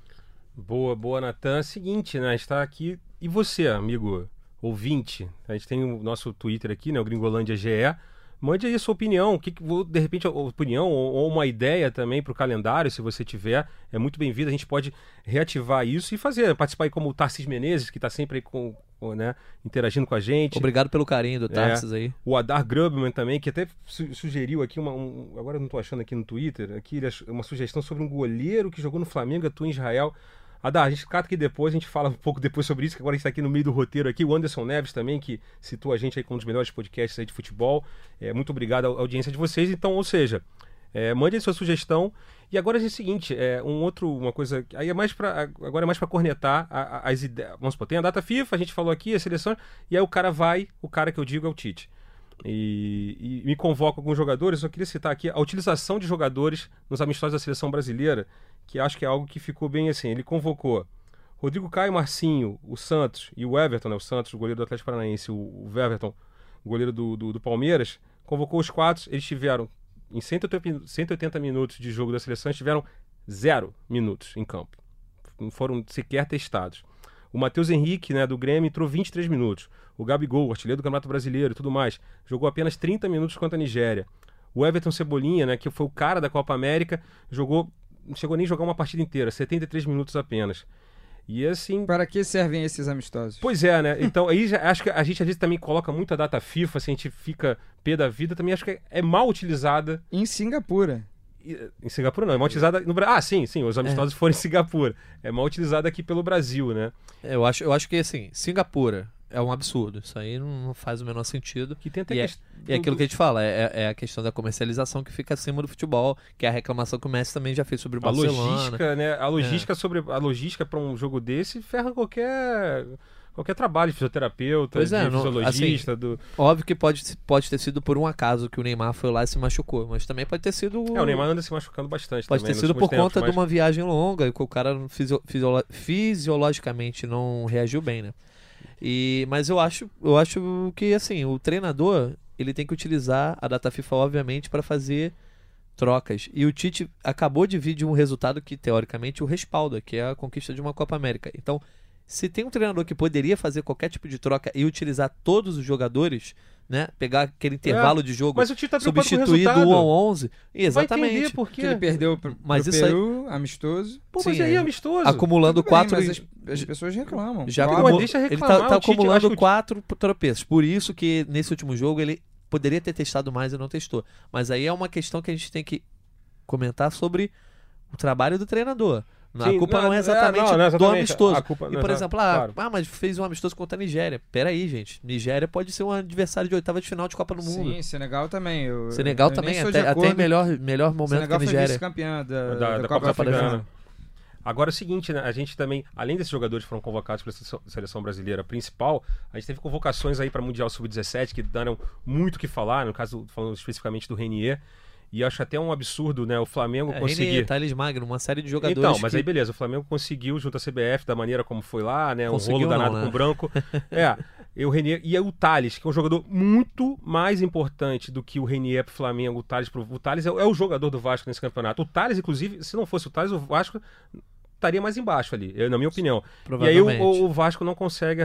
Boa, boa, Natan. É o seguinte, né? A gente tá aqui... E você, amigo ouvinte? A gente tem o nosso Twitter aqui, né? O Gringolândia G E. Mande aí a sua opinião, o que, que de repente a opinião ou, ou uma ideia também para o calendário, se você tiver, é muito bem-vindo. A gente pode reativar isso e fazer, participar aí como o Tarcísio Menezes, que está sempre aí com, com, né, interagindo com a gente. Obrigado pelo carinho do Tarcísio é, aí. O Adar Grubman também, que até su- sugeriu aqui, uma, um, agora eu não estou achando aqui no Twitter, aqui uma sugestão sobre um goleiro que jogou no Flamengo, atua em Israel. Adar, a gente cata aqui depois, a gente fala um pouco depois sobre isso, que agora a gente está aqui no meio do roteiro aqui. O Anderson Neves também, que citou a gente aí como um dos melhores podcasts aí de futebol. É, muito obrigado à audiência de vocês. Então, ou seja, é, mande aí sua sugestão. E agora é o seguinte, é, um outro, uma coisa, aí é mais para agora é mais para cornetar a, a, as ideias. Vamos supor, tem a data FIFA, a gente falou aqui, a seleção, e aí o cara vai, o cara que eu digo é o Tite. E, e me convoca alguns jogadores. Eu só queria citar aqui a utilização de jogadores nos amistosos da seleção brasileira, que acho que é algo que ficou bem assim. Ele convocou Rodrigo Caio, Marcinho, o Santos e o Everton, né? O Santos, o goleiro do Atlético Paranaense, o, o Everton, o goleiro do, do, do Palmeiras. Convocou os quatro, eles tiveram, em cento e oitenta minutos de jogo da seleção, eles tiveram zero minutos em campo. Não foram sequer testados. O Matheus Henrique, né, do Grêmio, entrou vinte e três minutos. O Gabigol, artilheiro do Campeonato Brasileiro e tudo mais, jogou apenas trinta minutos contra a Nigéria. O Everton Cebolinha, né, que foi o cara da Copa América, jogou, não chegou nem a jogar uma partida inteira, setenta e três minutos apenas. E assim... Para que servem esses amistosos? Pois é, né? Então, aí já, acho que a gente às vezes também coloca muito a data FIFA, assim, a gente fica pé da vida, também acho que é mal utilizada. Em Singapura. Em Singapura não, é mal utilizada no Brasil. Ah, sim, sim, os amistosos é. foram em Singapura. É mal utilizada aqui pelo Brasil, né? Eu acho, eu acho que, assim, Singapura é um absurdo. Isso aí não faz o menor sentido. Que tem até e, quest... é, e é aquilo que a gente fala, é, é a questão da comercialização que fica acima do futebol, que é a reclamação que o Messi também já fez sobre o a Barcelona. Logística, né? A logística, é. sobre a logística para um jogo desse ferra qualquer... Qualquer trabalho de fisioterapeuta, pois é, de não, fisiologista. Assim, do... Óbvio que pode, pode ter sido por um acaso que o Neymar foi lá e se machucou, mas também pode ter sido... É, o Neymar anda se machucando bastante Pode também, ter sido por tempos, conta mas... de uma viagem longa, que o cara fisio, fisiolo, fisiologicamente não reagiu bem, né? E, mas eu acho, eu acho que, assim, o treinador, ele tem que utilizar a data FIFA, obviamente, para fazer trocas. E o Tite acabou de vir de um resultado que, teoricamente, o respalda, que é a conquista de uma Copa América. Então... Se tem um treinador que poderia fazer qualquer tipo de troca e utilizar todos os jogadores, né? Pegar aquele intervalo é, de jogo, mas o Tite tá substituir do um ao onze. Exatamente. Vai entender por quê. Que ele perdeu pro, mas pro isso Peru, aí... amistoso. Pô, mas Sim, aí é é amistoso. Acumulando Bem, quatro... Mas as, as pessoas reclamam. Já não, acumula... deixa Ele reclamar, tá, tá Tite, acumulando que... quatro tropeços. Por isso que nesse último jogo ele poderia ter testado mais e não testou. Mas aí é uma questão que a gente tem que comentar sobre o trabalho do treinador. Sim, a culpa não, não é exatamente, é, não, não é exatamente do amistoso. Culpa, e, por exemplo, ah, claro. ah, mas fez um amistoso contra a Nigéria. Pera aí, gente. Nigéria pode ser um adversário de oitava de final de Copa do Mundo. Sim, Senegal também. Eu, Senegal eu também, até, até melhor, melhor momento Senegal que a Nigéria. Foi vice-campeã da, da, da, da Copa, Copa Africana. Africana. Agora é o seguinte, né? A gente também, além desses jogadores que foram convocados pela seleção, seleção brasileira principal, a gente teve convocações aí para Mundial sub dezessete que deram muito o que falar, no caso, falando especificamente do Renier. E acho até um absurdo, né? O Flamengo é, conseguir... Renier, Thales Magno, uma série de jogadores Então, mas que... aí beleza, o Flamengo conseguiu, junto à C B F, da maneira como foi lá, né? Um conseguiu rolo danado não, né? com o branco. É, e o Renier... E o Thales, que é um jogador muito mais importante do que o Renier pro Flamengo. O Thales, pro... o Thales é, é o jogador do Vasco nesse campeonato. O Thales, inclusive, se não fosse o Thales, o Vasco estaria mais embaixo ali, na minha opinião. E aí o, o Vasco não consegue...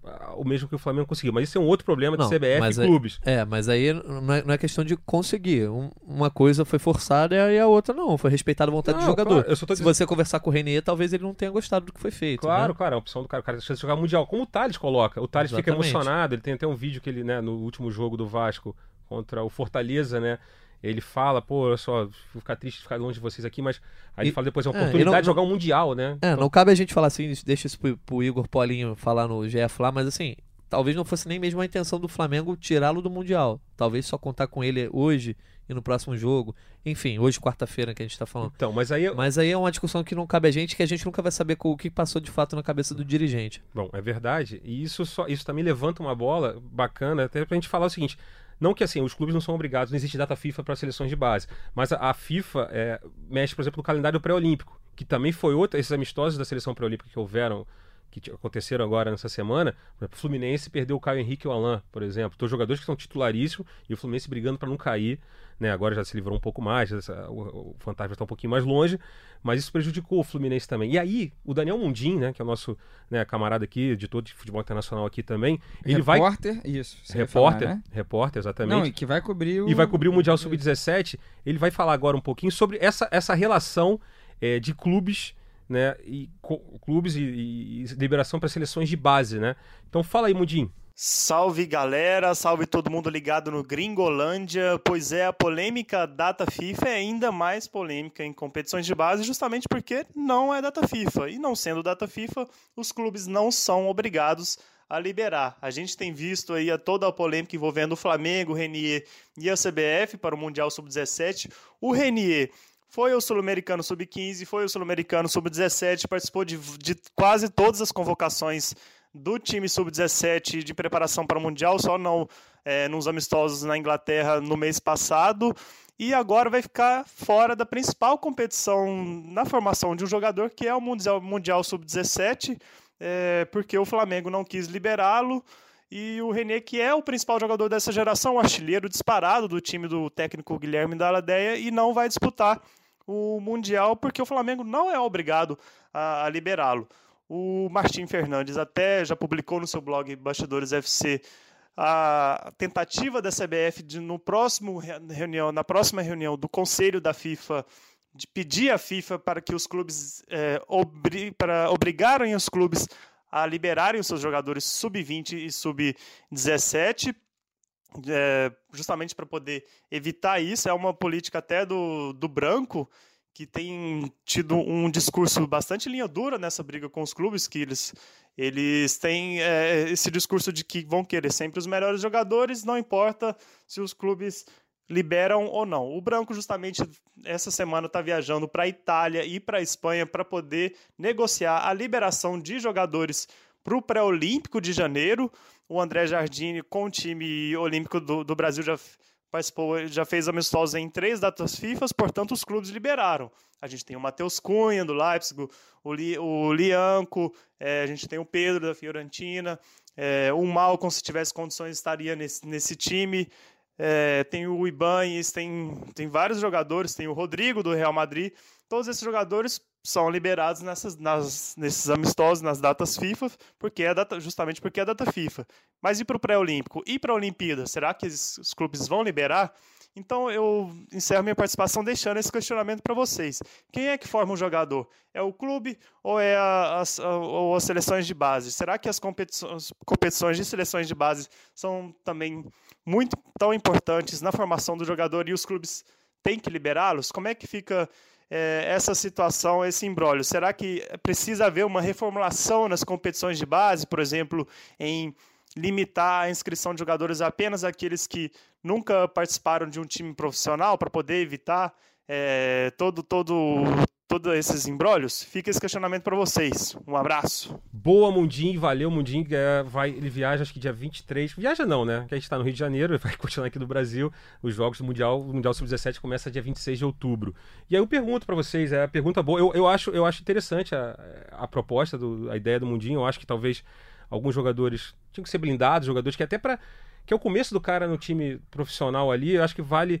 o mesmo que o Flamengo conseguiu. Mas isso é um outro problema de não, C B F e clubes. É, mas aí não é, não é questão de conseguir. Um, uma coisa foi forçada e a outra não. Foi respeitada a vontade não, do jogador. Claro, eu só tô Se dizendo... você conversar com o Renier, talvez ele não tenha gostado do que foi feito. Claro, né? claro. É a opção do cara. O cara tem chance de jogar mundial. Como o Thales coloca. O Thales Exatamente. fica emocionado. Ele tem até um vídeo que ele, né, no último jogo do Vasco contra o Fortaleza, né? Ele fala, pô, olha só, vou ficar triste de ficar longe de vocês aqui, mas aí ele e, fala depois, é uma oportunidade é, não, de jogar um Mundial, né? É, então... não cabe a gente falar assim, deixa isso pro, pro Igor Paulinho falar no G F lá, mas assim, talvez não fosse nem mesmo a intenção do Flamengo tirá-lo do Mundial. Talvez só contar com ele hoje e no próximo jogo. Enfim, hoje, quarta-feira, que a gente tá falando. Então, mas aí... Mas aí é uma discussão que não cabe a gente, que a gente nunca vai saber o que passou de fato na cabeça do dirigente. Bom, é verdade. E isso, só, isso também levanta uma bola bacana, até pra gente falar o seguinte... Não que assim, os clubes não são obrigados, não existe data FIFA para seleções de base, mas a, a FIFA é, mexe, por exemplo, no calendário pré-olímpico, que também foi outro, esses amistosos da seleção pré-olímpica que houveram, que aconteceram agora nessa semana. Por exemplo, o Fluminense perdeu o Caio Henrique e o Alain, por exemplo. Então, jogadores que são titularíssimos e o Fluminense brigando para não cair, né? Agora já se livrou um pouco mais, essa, o, o fantasma está um pouquinho mais longe, mas isso prejudicou o Fluminense também. E aí, o Daniel Mundim, né, que é o nosso, né, camarada aqui, editor de futebol internacional aqui também, ele repórter, vai... isso. Repórter, falar, né? repórter, exatamente. Não, e que vai cobrir o... E vai cobrir o Mundial sub dezessete. Ele vai falar agora um pouquinho sobre essa, essa relação é, de clubes, né, e clubes e, e, e liberação para seleções de base, né? Então fala aí, Mundim. Salve galera, salve todo mundo ligado no Gringolândia. Pois é, a polêmica data FIFA é ainda mais polêmica em competições de base, justamente porque não é data FIFA. E não sendo data FIFA, os clubes não são obrigados a liberar. A gente tem visto aí toda a polêmica envolvendo o Flamengo, o Renier e a C B F para o Mundial sub dezessete. O Renier foi o Sul-Americano sub quinze, foi o Sul-Americano sub dezessete, participou de, de quase todas as convocações do time sub dezessete de preparação para o Mundial, só não é, nos amistosos na Inglaterra no mês passado, e agora vai ficar fora da principal competição na formação de um jogador, que é o Mundial, mundial sub dezessete, é, porque o Flamengo não quis liberá-lo, e o Renier, que é o principal jogador dessa geração, o artilheiro disparado do time do técnico Guilherme Dalladea, e não vai disputar o Mundial porque o Flamengo não é obrigado a, a liberá-lo. O Martim Fernandes até já publicou no seu blog Bastidores F C a tentativa da C B F de no próximo reunião, na próxima reunião do Conselho da FIFA, de pedir à FIFA para que os clubes é, obri, para obrigarem os clubes a liberarem os seus jogadores sub vinte e sub dezessete, é, justamente para poder evitar isso. É uma política até do, do Branco, que tem tido um discurso bastante linha dura nessa briga com os clubes, que eles, eles têm é, esse discurso de que vão querer sempre os melhores jogadores, não importa se os clubes liberam ou não. O Branco, justamente, essa semana está viajando para a Itália e para a Espanha para poder negociar a liberação de jogadores para o pré-olímpico de janeiro. O André Jardine, com o time olímpico do, do Brasil, já participou, já fez amistosos em três datas FIFA, portanto os clubes liberaram. A gente tem o Matheus Cunha, do Leipzig, o, Li, o Lianco, é, a gente tem o Pedro, da Fiorentina, é, o Malcom, se tivesse condições, estaria nesse, nesse time. É, tem o Ibanez, tem, tem vários jogadores, tem o Rodrigo, do Real Madrid. Todos esses jogadores são liberados nessas, nas, nesses amistosos, nas datas FIFA, porque é data, justamente porque é data FIFA. Mas e para o pré-olímpico? E para a Olimpíada? Será que os, os clubes vão liberar? Então eu encerro minha participação deixando esse questionamento para vocês. Quem é que forma um jogador? É o clube ou é a, as, a, ou as seleções de base? Será que as competições, competições de seleções de base são também muito tão importantes na formação do jogador e os clubes têm que liberá-los? Como é que fica é, essa situação, esse imbróglio? Será que precisa haver uma reformulação nas competições de base, por exemplo, em limitar a inscrição de jogadores apenas àqueles que nunca participaram de um time profissional para poder evitar é, todo, todo, todos esses imbróglios? Fica esse questionamento para vocês. Um abraço. Boa, Mundinho. Valeu, Mundinho. É, vai, ele viaja, acho que dia vinte e três. Viaja não, né? Que a gente está no Rio de Janeiro, ele vai continuar aqui no Brasil. Os jogos do Mundial, o Mundial sub dezessete começa dia vinte e seis de outubro. E aí eu pergunto para vocês, é a pergunta boa. Eu, eu, acho, eu acho interessante a, a proposta, do, a ideia do Mundinho. Eu acho que talvez alguns jogadores tinham que ser blindados, jogadores que até para que é o começo do cara no time profissional ali, eu acho que vale,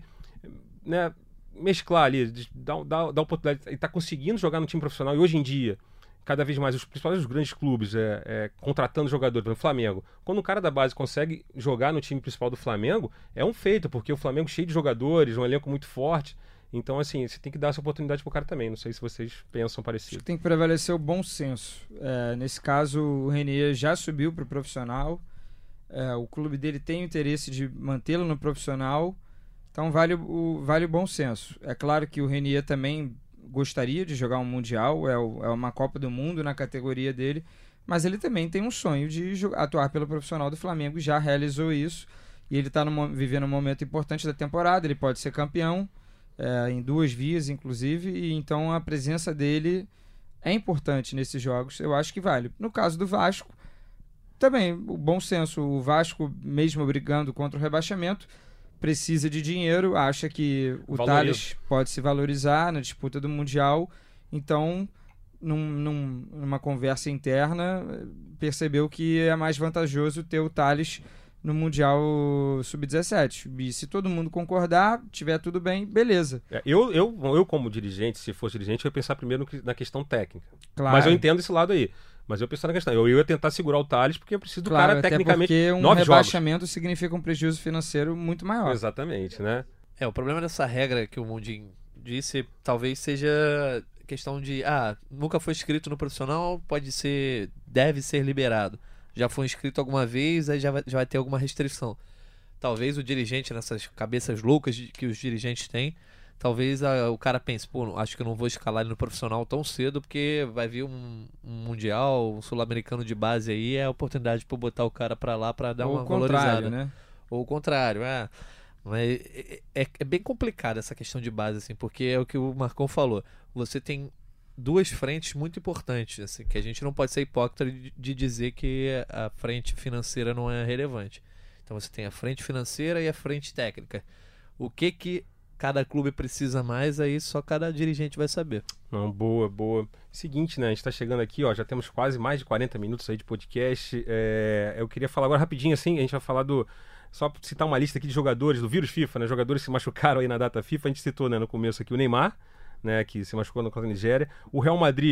né, mesclar ali, dar, dar, dar oportunidade. Ele está conseguindo jogar no time profissional e hoje em dia, cada vez mais, os principais os grandes clubes é, é, contratando jogadores, por exemplo, o Flamengo. Quando um cara da base consegue jogar no time principal do Flamengo, é um feito, porque o Flamengo é cheio de jogadores, um elenco muito forte. Então, assim, você tem que dar essa oportunidade pro cara também. Não sei se vocês pensam parecido. Acho que tem que prevalecer o bom senso. É, nesse caso, o Renier já subiu para o profissional. É, o clube dele tem o interesse de mantê-lo no profissional. Então, vale o, vale o bom senso. É claro que o Renier também gostaria de jogar um Mundial. É, o, é uma Copa do Mundo na categoria dele. Mas ele também tem um sonho de jogar, atuar pelo profissional do Flamengo. Já realizou isso. E ele está vivendo um momento importante da temporada. Ele pode ser campeão. É, em duas vias, inclusive, e então a presença dele é importante nesses jogos, eu acho que vale. No caso do Vasco, também, o bom senso, o Vasco, mesmo brigando contra o rebaixamento, precisa de dinheiro, acha que o Thales pode se valorizar na disputa do Mundial, então, num, num, numa conversa interna, percebeu que é mais vantajoso ter o Thales no Mundial sub dezessete. E se todo mundo concordar, tiver tudo bem, beleza. É, eu, eu, eu, como dirigente, se fosse dirigente, eu ia pensar primeiro no, na questão técnica. Claro. Mas eu entendo esse lado aí. Mas eu pensar na questão. Eu ia tentar segurar o Thales, porque eu preciso do claro, cara até tecnicamente. Porque um nove rebaixamento jogos. significa um prejuízo financeiro muito maior. Exatamente, né? É, o problema dessa regra que o Mundinho disse talvez seja questão de, ah, nunca foi inscrito no profissional, pode ser, deve ser liberado. Já foi inscrito alguma vez, aí já vai, já vai ter alguma restrição. Talvez o dirigente, nessas cabeças loucas que os dirigentes têm, talvez a, o cara pense, pô, acho que eu não vou escalar ele no profissional tão cedo, porque vai vir um, um mundial, um sul-americano de base aí, é a oportunidade para botar o cara para lá para dar Ou uma o contrário, valorizada. né? Ou o contrário, é. Mas é, é bem complicado essa questão de base, assim, porque é o que o Marcão falou. Você tem duas frentes muito importantes, assim, que a gente não pode ser hipócrita de, de dizer que a frente financeira não é relevante. Então você tem a frente financeira e a frente técnica. O que que cada clube precisa mais, aí só cada dirigente vai saber. Não, boa, boa. Seguinte, né? A gente tá chegando aqui, ó, já temos quase mais de quarenta minutos aí de podcast. É, eu queria falar agora rapidinho, assim, a gente vai falar do... Só pra citar uma lista aqui de jogadores do vírus FIFA, né? Jogadores que se machucaram aí na data FIFA. A gente citou, né, no começo aqui o Neymar, né, que se machucou contra a Nigéria. O Real Madrid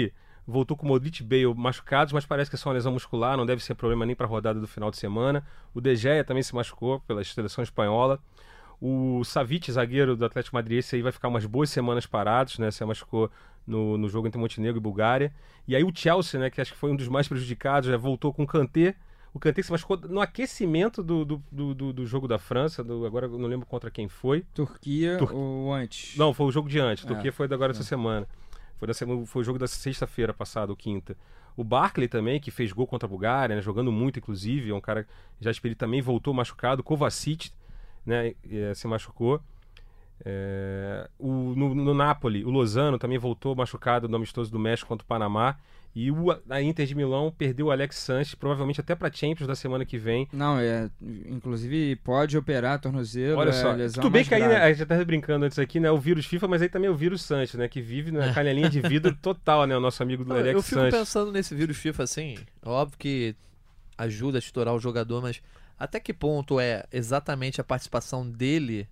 voltou com o Modric e Bale machucados, mas parece que é só uma lesão muscular, não deve ser problema nem para a rodada do final de semana. O De Gea também se machucou pela seleção espanhola. O Savic, zagueiro do Atlético Madrid, esse aí vai ficar umas boas semanas parados, né? Se machucou no, no jogo entre Montenegro e Bulgária. E aí o Chelsea, né, que acho que foi um dos mais prejudicados, já voltou com o Kanté. O Kanté se machucou no aquecimento do, do, do, do, do jogo da França, do, agora eu não lembro contra quem foi. Turquia Tur... ou antes? Não, foi o jogo de antes. É. Turquia foi agora essa semana. Foi, na semana. foi o jogo da sexta-feira passada, ou quinta. O Barkley também, que fez gol contra a Bulgária, né, jogando muito, inclusive. É um cara já ele também voltou machucado. Kovacic, né, se machucou. É, o, no, no Napoli, o Lozano também voltou machucado no amistoso do México contra o Panamá. E o, a Inter de Milão perdeu o Alex Sanches, provavelmente até para Champions da semana que vem. Não, é, inclusive pode operar tornozelo. Olha só, é lesão tudo bem mais que aí, grave. né, a gente tá brincando antes aqui, né, o vírus FIFA, mas aí também é o vírus Sanches, né, que vive na canelinha de vidro total, né, o nosso amigo do Eu Alex fico Sanches. pensando nesse vírus FIFA assim, óbvio que ajuda a estourar o jogador, mas até que ponto é exatamente a participação dele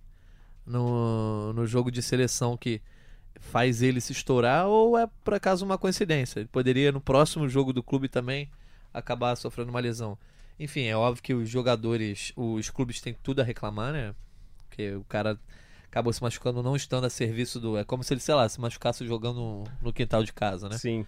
no, no jogo de seleção que faz ele se estourar, ou é por acaso uma coincidência? Ele poderia no próximo jogo do clube também acabar sofrendo uma lesão. Enfim, é óbvio que os jogadores, os clubes têm tudo a reclamar, né? Porque o cara acabou se machucando não estando a serviço do... É como se ele, sei lá, se machucasse jogando no quintal de casa, né? Sim.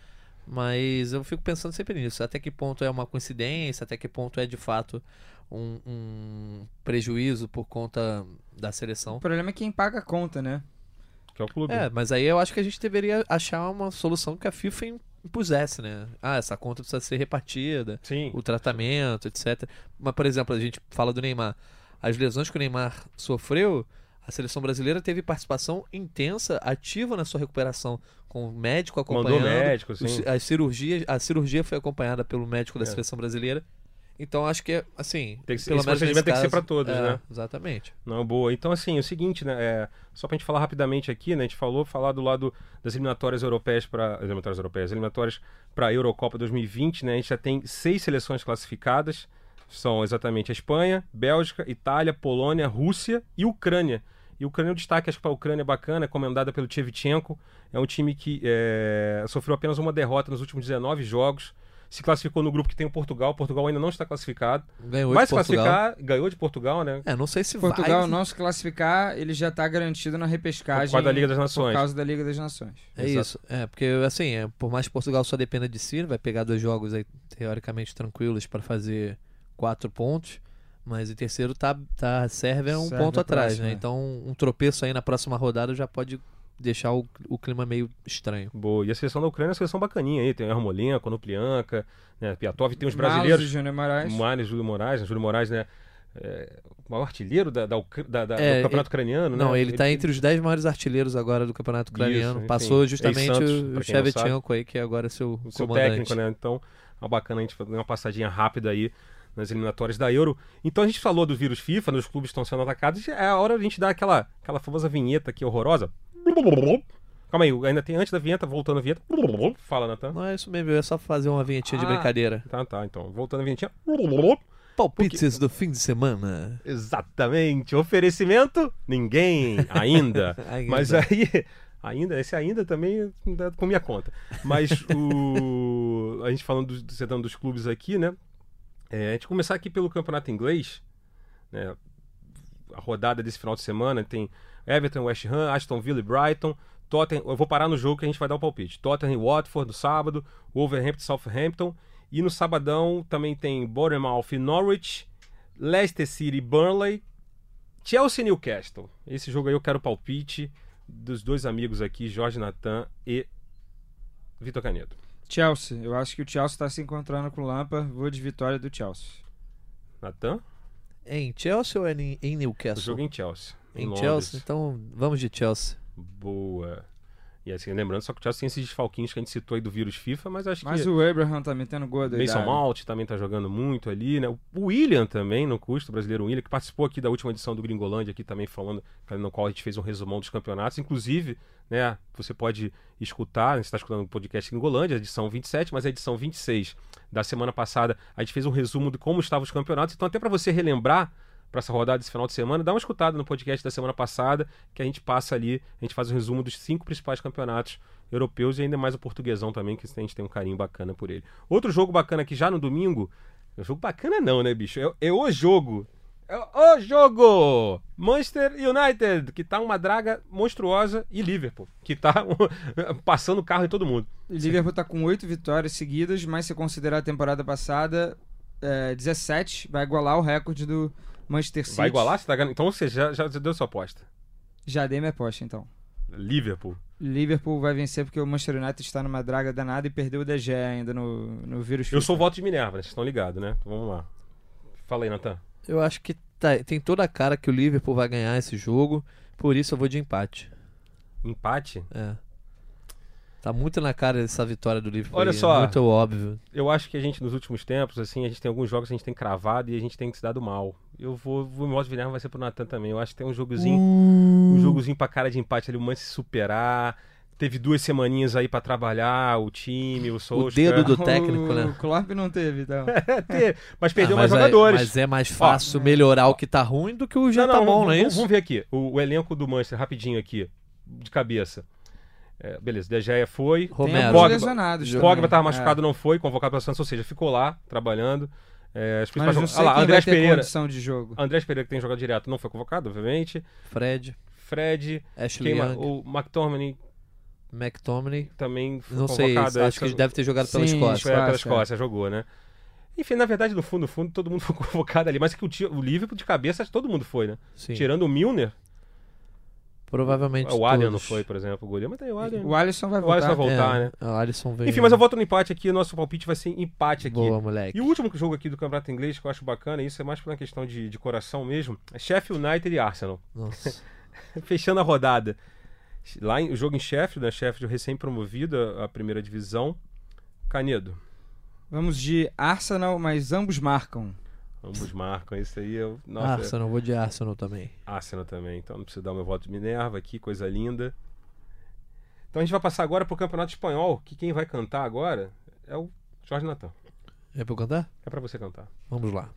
Mas eu fico pensando sempre nisso. Até que ponto é uma coincidência, até que ponto é de fato um, um prejuízo por conta da seleção. O problema é quem paga a conta, né? Que é o clube. É, mas aí eu acho que a gente deveria achar uma solução que a FIFA impusesse, né? Ah, essa conta precisa ser repartida, Sim. o tratamento, etcétera. Mas, por exemplo, a gente fala do Neymar. As lesões que o Neymar sofreu, a seleção brasileira teve participação intensa, ativa na sua recuperação, com o médico acompanhando. Mandou médico, sim. Os- As cirurgias, a cirurgia foi acompanhada pelo médico da É. seleção brasileira. Então acho que é assim. Tem que ser- pelo esse menos procedimento nesse tem que ser caso, pra todos, é, né? Exatamente. Não, boa. Então, assim, é o seguinte, né? É, só pra gente falar rapidamente aqui, né? A gente falou, falar do lado das eliminatórias europeias para eliminatórias europeias, eliminatórias para a Eurocopa dois mil e vinte, né? A gente já tem seis seleções classificadas. São exatamente a Espanha, Bélgica, Itália, Polônia, Rússia e Ucrânia. E o Ucrânia, o destaque, acho que para a Ucrânia é bacana, é comandada pelo Shevchenko. É um time que é, sofreu apenas uma derrota nos últimos dezenove jogos. Se classificou no grupo que tem o Portugal. Portugal ainda não está classificado. Ganhou Vai de se Portugal. classificar, ganhou de Portugal, né? É, não sei se Portugal vai. não se classificar, ele já está garantido na repescagem Por causa da Liga das Nações. Por causa da Liga das Nações. É Exato. isso. É, porque assim, é, por mais que Portugal só dependa de si, vai pegar dois jogos aí teoricamente tranquilos para fazer quatro pontos, mas em terceiro tá, tá a Sérvia um Sérvia ponto atrás, próxima, né? é. Então um tropeço aí na próxima rodada já pode deixar o, o clima meio estranho. Boa. E a seleção da Ucrânia é uma seleção bacaninha aí. Tem o Ermolenko, Konoplyanka, né? Piatov, tem os Marlos brasileiros. e Júnior Moraes. Mário, Júlio Moraes, né? Júlio Moraes, né? É, o maior artilheiro da, da, Ucr- da- da- É, do campeonato ucraniano, né? Não, ele tá entre os dez maiores artilheiros agora do campeonato ucraniano. enfim. Passou justamente Ex-Santos, o, pra o quem não Shevchenko aí, que agora é seu o seu comandante. técnico, né? Então, é bacana a gente fazer uma passadinha rápida aí nas eliminatórias da Euro. Então a gente falou do vírus FIFA, nos clubes estão sendo atacados, é a hora de a gente dar aquela, aquela famosa vinheta aqui horrorosa. Calma aí, ainda tem antes da vinheta, voltando a vinheta. Fala, Natan. Não é isso mesmo, é só fazer uma vinhetinha de Ah. brincadeira. Tá, tá, então. Voltando a vinhetinha. Palpites do fim de semana. Exatamente. Oferecimento? Ninguém ainda. Ainda. Mas aí, ainda, esse ainda também dá por minha conta. Mas o a gente falando do sedão dos clubes aqui, né? É, a gente começar aqui pelo campeonato inglês, né? A rodada desse final de semana tem Everton, West Ham, Aston Villa e Brighton. Tottenham, eu vou parar no jogo que a gente vai dar o palpite. Tottenham e Watford no sábado, Wolverhampton e Southampton. E no sabadão também tem Bournemouth e Norwich, Leicester City e Burnley, Chelsea e Newcastle. Esse jogo aí eu quero o palpite dos dois amigos aqui, Jorge Natan e Vitor Canedo. Chelsea. Eu acho que o Chelsea está se encontrando com o Lampa. Vou de vitória do Chelsea. Natan? Em Chelsea ou é em, em O Newcastle? jogo em Chelsea. Em Londres. Chelsea? Então vamos de Chelsea. Boa. E assim, lembrando só que o Chelsea tem esses desfalquinhos que a gente citou aí do vírus FIFA, mas acho Mas que o Abraham também tendo gol da Mason idade. Mount também tá jogando muito ali, né? O William também, não custa, o brasileiro William, que participou aqui da última edição do Gringolândia, aqui também falando, no qual a gente fez um resumão dos campeonatos. Inclusive, né, você pode escutar, a gente está escutando o podcast Gringolândia, edição vinte e sete, mas a edição vinte e seis da semana passada, a gente fez um resumo de como estavam os campeonatos. Então, até para você relembrar para essa rodada desse final de semana, dá uma escutada no podcast da semana passada, que a gente passa ali, a gente faz um resumo dos cinco principais campeonatos europeus e ainda mais o portuguesão também, que a gente tem um carinho bacana por ele. Outro jogo bacana aqui já no domingo, é um jogo bacana não, né, bicho? É, é o jogo. É o jogo! Manchester United, que tá uma draga monstruosa, e Liverpool, que tá passando carro em todo mundo. O Liverpool tá com oito vitórias seguidas, mas se considerar a temporada passada, é, dezessete, vai igualar o recorde do Manchester City. Vai igualar? Você tá ganhando? Então você já, já deu sua aposta. Já dei minha aposta, então. Liverpool. Liverpool vai vencer porque o Manchester United está numa draga danada e perdeu o De Gea ainda no, no vírus. Eu sou o voto de Minerva, vocês estão ligados, né? Então vamos lá. Fala aí, Natan. Eu acho que tá, tem toda a cara que o Liverpool vai ganhar esse jogo, por isso eu vou de empate. Empate? É. Tá muito na cara essa vitória do Liverpool. Olha aí, só, é muito óbvio. Eu acho que a gente, nos últimos tempos, assim, a gente tem alguns jogos que a gente tem cravado e a gente tem que se dar do mal. Eu vou, vou o voto de Minerva vai ser pro Natan também. Eu acho que tem um jogozinho, Uh. um jogozinho pra cara de empate ali, o Manchester se superar. Teve duas semaninhas aí pra trabalhar, o time, o Solskjaer. dedo do técnico, né? O Klopp não teve, então. É, mas perdeu Ah, mais mas jogadores. É, mas é mais fácil melhorar o que tá ruim do que o já tá bom, não é vamos, isso? Vamos ver aqui. O, o elenco do Manchester, rapidinho aqui, de cabeça. É, beleza, De Gea foi. Romero. Tem alguns Pogba, lesionados Pogba também. estava machucado, É. não foi, convocado pela Santos, ou seja, ficou lá, trabalhando. É, as Mas principais não jo- sei ah lá, quem Andrés vai ter Pereira. condição de jogo. Andrés Pereira, que tem jogado direto, não foi convocado, obviamente. Fred, Fred, Ashley quem ma- Young, o McTominay McTominay. também foi Não sei, convocado. acho que ele deve ter jogado pela Sim, Escócia. Foi pela Escócia, Escócia, jogou, né? Enfim, na verdade, no fundo, no fundo, todo mundo foi convocado ali. Mas que o, ti- o Liverpool de cabeça, acho que todo mundo foi, né? Sim. Tirando o Milner, Provavelmente o Adrian não todos. foi, por exemplo, o goleiro, mas tem o Adrian. O Alisson vai O Alisson voltar. vai voltar, É, né? O Alisson veio. Enfim, mas eu voto no empate aqui, o nosso palpite vai ser empate aqui. Boa, moleque. E o último jogo aqui do Campeonato Inglês que eu acho bacana, isso é mais por uma questão de, de coração mesmo, é Sheffield United e Arsenal. Nossa. Fechando a rodada. Lá em, o jogo em Sheffield, né? Sheffield recém-promovido à à primeira divisão. Canedo. Vamos de Arsenal, mas ambos marcam. Ambos marcam. Esse aí eu. Nossa, Arsenal, vou de Arsenal também. Arsenal também. Então não preciso dar o meu voto de Minerva aqui, coisa linda. Então a gente vai passar agora pro Campeonato Espanhol, que quem vai cantar agora é o Jorge Natan. É pra eu cantar? É pra você cantar. Vamos lá.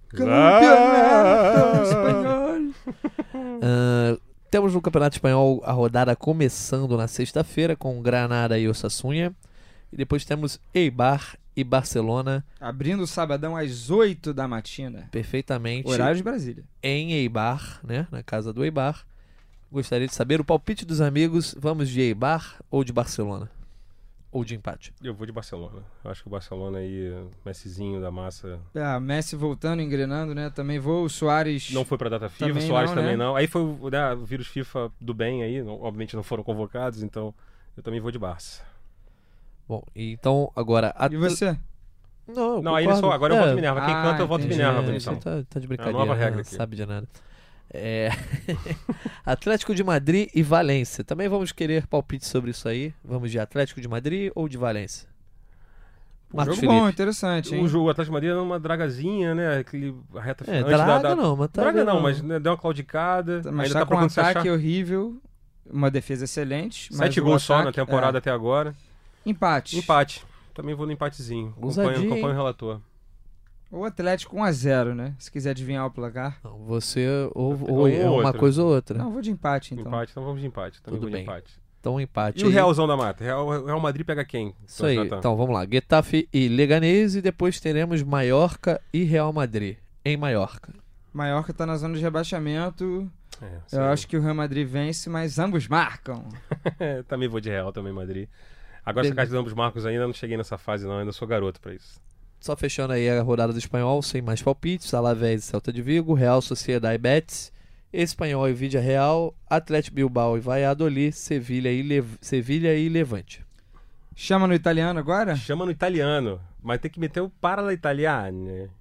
Campeonato Espanhol. Ah, temos no Campeonato Espanhol a rodada começando na sexta-feira com Granada e Osasuna. E depois temos Eibar e Barcelona Abrindo o sabadão às oito da matina. perfeitamente Horário de Brasília. em Eibar, né? Na casa do Eibar. Gostaria de saber o palpite dos amigos. Vamos de Eibar ou de Barcelona? Ou de empate? Eu vou de Barcelona. Eu acho que o Barcelona aí, Messizinho da massa. Ah, Messi voltando, engrenando, né? Também vou. O Soares. Não foi pra data FIFA, Também Soares não, também né? não. Aí foi o, né, o vírus FIFA do bem aí, não- obviamente não foram convocados, então eu também vou de Barça. Bom, então agora... E você? Não, eu Não, aí ele concordo. só, agora eu É, voto Minerva. Quem Ah, canta eu voto entendi. Minerva, É, bonitão. você tá, tá de brincadeira, nova regra não aqui. sabe de nada. É... Atlético de Madrid e Valência. Também vamos querer palpite sobre isso aí. Vamos de Atlético de Madrid ou de Valência? Marcos Jogo bom, Felipe. interessante, hein? O jogo o Atlético de Madrid era uma dragazinha, né? Aquele a reta É, final. antes draga da, da... não, mas tá Draga não, dando- mas né, deu uma claudicada. Mas ainda tá tá com um procurando se ataque achar. horrível, uma defesa excelente. mas Sete o gols só na ataque- temporada é. até agora. Empate. Empate. Também vou no empatezinho. Ousadia, Acompanho, acompanho hein? o relator. O Atlético um a zero, né? Se quiser adivinhar o placar. Não, você ou, Fica ou um é ou uma outro. coisa ou outra. Não, eu vou de empate, então. Empate, então vamos de empate. Também Tudo vou de bem. empate. Então empate E o aí. Realzão da Mata? Real, Real Madrid pega quem? Isso aí. Natan? Então vamos lá. Getafe e Leganés e depois teremos Mallorca e Real Madrid. Em Mallorca. Mallorca tá na zona de rebaixamento. É, Eu acho que o Real Madrid vence, mas ambos marcam. que... também vou de Real, também Madrid. Agora, Beleza. essa casa de ambos marcos ainda não cheguei nessa fase, não. Ainda sou garoto pra isso. Só fechando aí a rodada do Espanhol, sem mais palpites. Alavés e Celta de Vigo, Real Sociedad e Betis, Espanhol e Vídea Real, Atlético Bilbao e Valladolid, Sevilha e, Lev... Sevilha e Levante. Chama no italiano agora? Chama no italiano, mas tem que meter o para la italiana.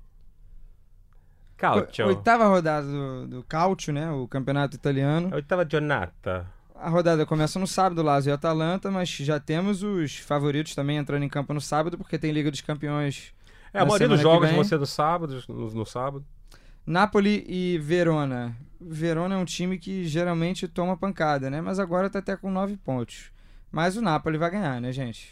Calcio. Oitava rodada do, do Calcio, né? O campeonato italiano. A oitava giornata. A rodada começa no sábado, Lazio e Atalanta, mas já temos os favoritos também entrando em campo no sábado, porque tem Liga dos Campeões. É, a Na maioria dos semana que jogos vem. vão ser no sábado, no, no sábado. Napoli e Verona. Verona é um time que geralmente toma pancada, né? Mas agora tá até com nove pontos. Mas o Napoli vai ganhar, né, gente?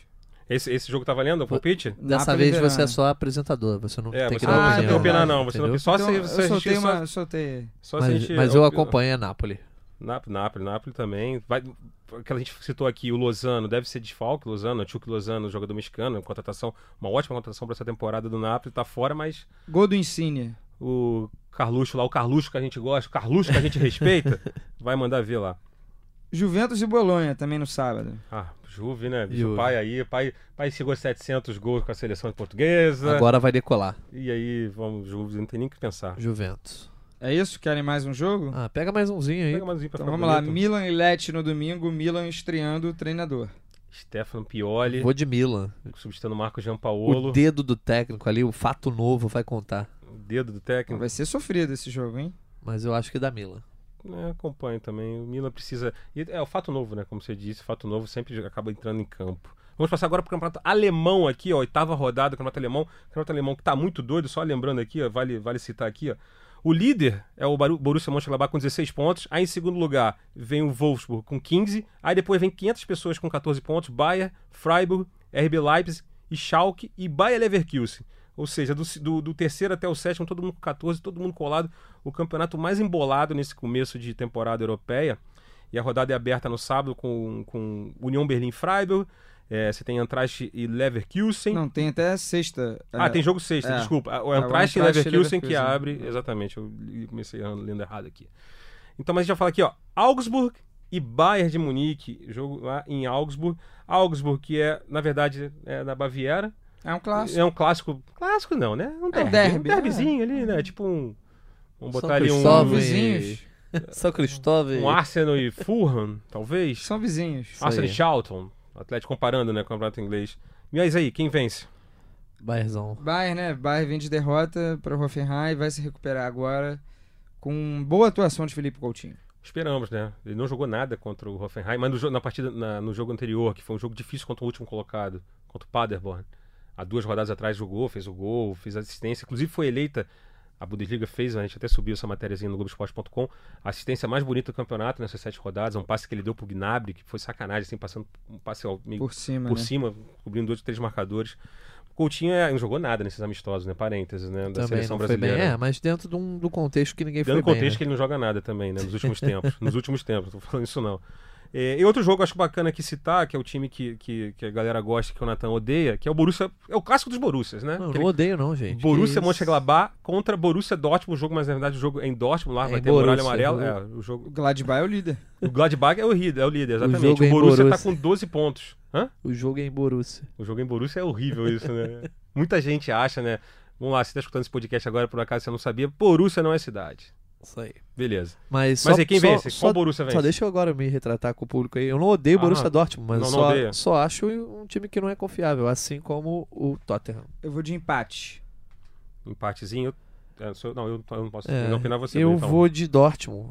Esse, esse jogo tá valendo? O palpite? Dessa Napoli vez você é Verona. só apresentador, você não É, tem você que não dar Ah, precisa opinião. opinar, não. entendeu? Você não precisa. Só Então, se eu você soltei, assistir. uma, Só, soltei. só se a Mas, gente- mas eu acompanho a Napoli. Nap- Napoli, Napoli também. Vai, que a gente citou aqui, o Lozano deve ser desfalque. Lozano, o Chuck Lozano, jogador mexicano, contratação, uma ótima contratação para essa temporada do Napoli, tá fora, mas Gol do Insigne. o Carluxo lá, o Carluxo que a gente gosta, o Carluxo que a gente respeita, vai mandar ver lá. Juventus e Bolonha também no sábado. Ah, Juve, né? Bicho, Juve. pai aí, pai, pai chegou a setecentos gols com a seleção portuguesa. Agora vai decolar. E aí, vamos, Juve, não tem nem o que pensar. Juventus. É isso? Querem mais um jogo? Ah, pega mais umzinho aí. Pega mais um pra Então ficar vamos lá. bonito. Milan e Lecce no domingo. Milan estreando o treinador. Stefano Pioli, Vou de Milan. substituindo o Marco Giampaolo. O dedo do técnico ali, o fato novo vai contar. O dedo do técnico. Vai ser sofrido esse jogo, hein? Mas eu acho que dá Milan. É, acompanho também. O Milan precisa. E é o fato novo, né? Como você disse, o fato novo sempre acaba entrando em campo. Vamos passar agora para o campeonato alemão aqui, ó. Oitava rodada do campeonato alemão. Campeonato alemão que tá muito doido, só lembrando aqui, ó, vale, vale citar aqui, ó. O líder é o Baru- Borussia Mönchengladbach com dezesseis pontos. Aí em segundo lugar vem o Wolfsburg com quinze. Aí depois vem quinhentas pessoas com catorze pontos. Bayern, Freiburg, R B Leipzig e Schalke e Bayer Leverkusen. Ou seja, do, do, do terceiro até o sétimo, todo mundo com catorze, todo mundo colado. O campeonato mais embolado nesse começo de temporada europeia. E a rodada é aberta no sábado com, com Union Berlin-Freiburg. É, você tem Eintracht e Leverkusen. Não, tem até sexta. Ah, É, tem jogo sexta, é. desculpa. O É, o Eintracht e Eintracht e Leverkusen que Leverkusen. abre. Exatamente, eu li- comecei lendo errado aqui. Então, mas a gente já fala aqui, ó. Augsburg e Bayern de Munique. Jogo lá em Augsburg. Augsburg, que é, na verdade, é da Baviera. É um clássico. É um clássico. Clássico não, né? Um É um derby. derby, Um derbyzinho ali, né? Tipo um. Vamos botar São ali um. Cristóvão vizinhos. e... São Cristóvão e... Um Arsenal e Fulham, talvez. São vizinhos. Isso Arsenal e aí. Charlton. Atlético comparando, né? Com o campeonato inglês. Mas aí, quem vence? Bayerzão. Bayern, né? Bayern vem de derrota para o Hoffenheim e vai se recuperar agora com boa atuação de Felipe Coutinho. Esperamos, né? Ele não jogou nada contra o Hoffenheim, mas no, jo- na partida, na- no jogo anterior, que foi um jogo difícil contra o último colocado, contra o Paderborn. Há duas rodadas atrás jogou, fez o gol, fez assistência. Inclusive foi eleita, a Bundesliga fez, a gente até subiu essa matériazinha no Globoesporte ponto com, a assistência mais bonita do campeonato nessas sete rodadas. Um passe que ele deu pro Gnabry, que foi sacanagem, assim, passando um passe ao meio Por cima, por né? cima, cobrindo dois ou três marcadores. O Coutinho é, não jogou nada nesses amistosos, né? Parênteses, né? Da Também seleção não foi bem. brasileira. É, mas dentro de um, do contexto que ninguém Dando foi contexto bem, né? que ele não joga nada também, né? Nos últimos tempos. Nos últimos tempos, não tô falando isso não. É, e outro jogo acho bacana aqui citar, que é o time que, que, que a galera gosta, que o Natan odeia, que é o Borussia. É o clássico dos Borussias, né? Não, Aquele não odeio não, gente. Borussia Que isso? Mönchengladbach contra Borussia Dortmund. O jogo, mas na verdade o jogo é em Dortmund, lá É vai em ter a muralha Borussia, amarela. o- É, o O jogo. Gladbach é o líder. O Gladbach é o líder, é o líder, exatamente. jogo O, é em Borussia tá Borussia. com doze pontos. Hã? O jogo é em Borussia. O jogo em Borussia é horrível isso, né? Muita gente acha, né? Vamos lá, você tá escutando esse podcast agora, por acaso você não sabia, Borussia não é cidade. Isso aí. Beleza. Mas, Mas só, aí, quem só, vence? Só, Qual Borussia vence? Só deixa eu agora me retratar com o público aí. Eu não odeio o Ah, Borussia Dortmund, mas não, não só, odeia. só acho um time que não é confiável, assim como o Tottenham. Eu vou de empate. Empatezinho. Eu, é, sou- não, eu, eu não posso É, não opinar você. eu então. vou de Dortmund.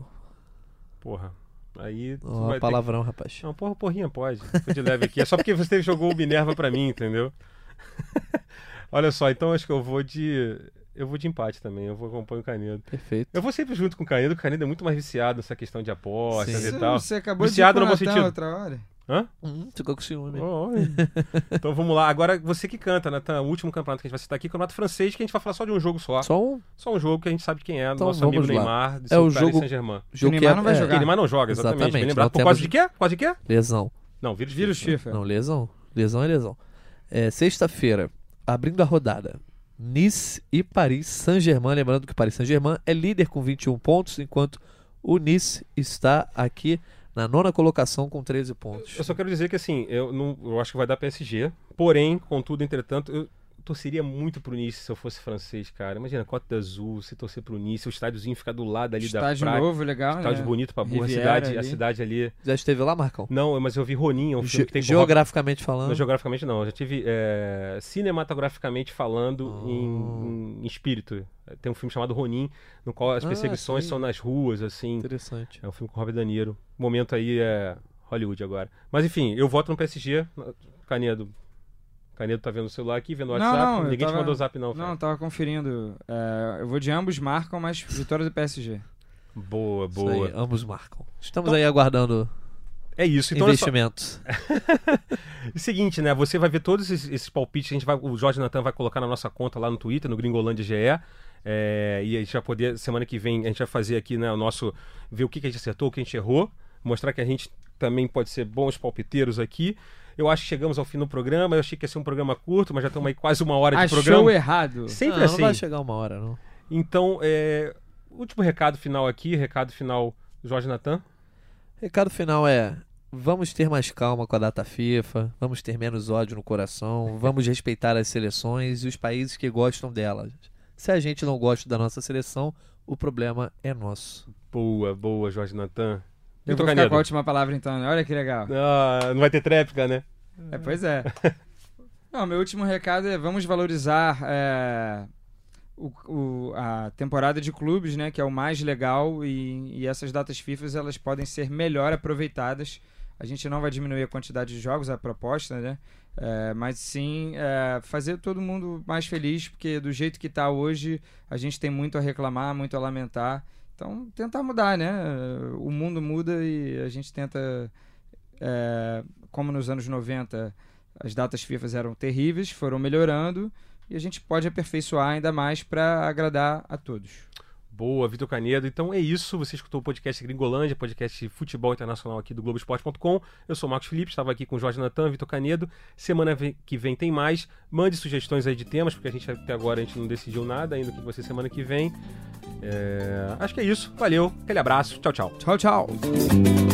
Porra. Aí. tu Ó, vai ter palavrão, rapaz. que- Não, porra, porrinha pode. Tô de leve aqui. É só porque você jogou o Minerva pra mim, entendeu? Olha só, então acho que eu vou de. Eu vou de empate também, eu vou acompanhar o Canedo. Perfeito. Eu vou sempre junto com o Canedo, o Canedo é muito mais viciado nessa questão de apostas Sim. e Você, tal. você acabou Viciado de no ir bom com o Natan sentido. outra hora. Hã? Hum, ficou com ciúme. Oh, oi. Então vamos lá. Agora você que canta, Natan. O último campeonato que a gente vai citar aqui é o campeonato francês, que a gente vai falar só de um jogo só. Só um Só um jogo que a gente sabe quem é, do Então nosso vamos amigo lá. Neymar, de É seu o Paris jogo- Saint-Germain. jogo Neymar que não vai é, jogar. Que Neymar não joga, exatamente. Exatamente, Bem lembrado. não Por causa temos- de quê? Por causa de quê? lesão. Não, vírus de Vírus FIFA. FIFA. Não, lesão. Lesão é lesão. É, sexta-feira, abrindo a rodada. Nice e Paris Saint-Germain. Lembrando que o Paris Saint-Germain é líder com vinte e um pontos, enquanto o Nice está aqui na nona colocação com treze pontos. Eu só quero dizer que assim, eu, não, eu acho que vai dar P S G. Porém, contudo, entretanto, eu torceria muito pro Nice se eu fosse francês, cara. Imagina, Côte d'Azur, se torcer pro Nice, o estádiozinho ficar do lado ali Estádio da praia. novo, legal, Estádio né? bonito pra burra. A Riviera cidade, a ali. cidade ali. Já esteve lá, Marcão? Não, mas eu vi Ronin, é um Ge- filme que tem com geograficamente falando. Não, geograficamente não. Eu já tive é, cinematograficamente falando Oh. em, em espírito. Tem um filme chamado Ronin, no qual as Ah, perseguições sim. são nas ruas, assim. Interessante. É um filme com Robert De Niro. O momento aí é Hollywood agora. Mas enfim, eu voto no P S G. Canedo. Canedo tá vendo o celular aqui, vendo o Não, WhatsApp. não, eu Ninguém te tava- mandou o zap, não. Não, Fred. eu tava conferindo. É, eu vou de ambos marcam, mas vitória do P S G. Boa, Isso boa. aí, ambos marcam. Estamos Então- aí aguardando. É isso. Então, Investimento. É o seguinte, né? Você vai ver todos esses, esses palpites que a gente vai, o Jorge Natan vai colocar na nossa conta lá no Twitter, no Gringolândia G E. É, e a gente vai poder, semana que vem, a gente vai fazer aqui, né, o nosso, ver o que, que a gente acertou, o que a gente errou, mostrar que a gente também pode ser bons palpiteiros aqui. Eu acho que chegamos ao fim do programa. Eu achei que ia ser um programa curto, mas já estamos aí quase uma hora de Achou programa. errado. Sempre não, assim. Não vai chegar uma hora, não. Então, é, último recado final aqui, recado final, Jorge Natan. Recado final é: vamos ter mais calma com a data FIFA, vamos ter menos ódio no coração, vamos respeitar as seleções e os países que gostam delas. Se a gente não gosta da nossa seleção, o problema é nosso. Boa, boa, Jorge Natan. Eu Vitor vou ficar Canedo. com a última palavra então, né? Olha que legal. Ah, não vai ter tréplica, né? É, pois é. Não, meu último recado é: vamos valorizar é, o, o, a temporada de clubes, né? Que é o mais legal, e, e essas datas FIFA elas podem ser melhor aproveitadas. A gente não vai diminuir a quantidade de jogos, a proposta, né? É, mas sim é, fazer todo mundo mais feliz, porque do jeito que está hoje, a gente tem muito a reclamar, muito a lamentar. Então, tentar mudar, né? O mundo muda e a gente tenta... É, como nos anos noventa as datas FIFA eram terríveis, foram melhorando e a gente pode aperfeiçoar ainda mais para agradar a todos. Boa, Vitor Canedo. Então é isso. Você escutou o podcast Gringolândia, podcast de futebol internacional aqui do Globo Esporte ponto com. Eu sou o Marcos Felipe, estava aqui com o Jorge Natan, Vitor Canedo. Semana que vem tem mais. Mande sugestões aí de temas, porque a gente até agora a gente não decidiu nada ainda, o que vai ser semana que vem. É... Acho que é isso. Valeu, aquele abraço. Tchau, tchau. Tchau, tchau.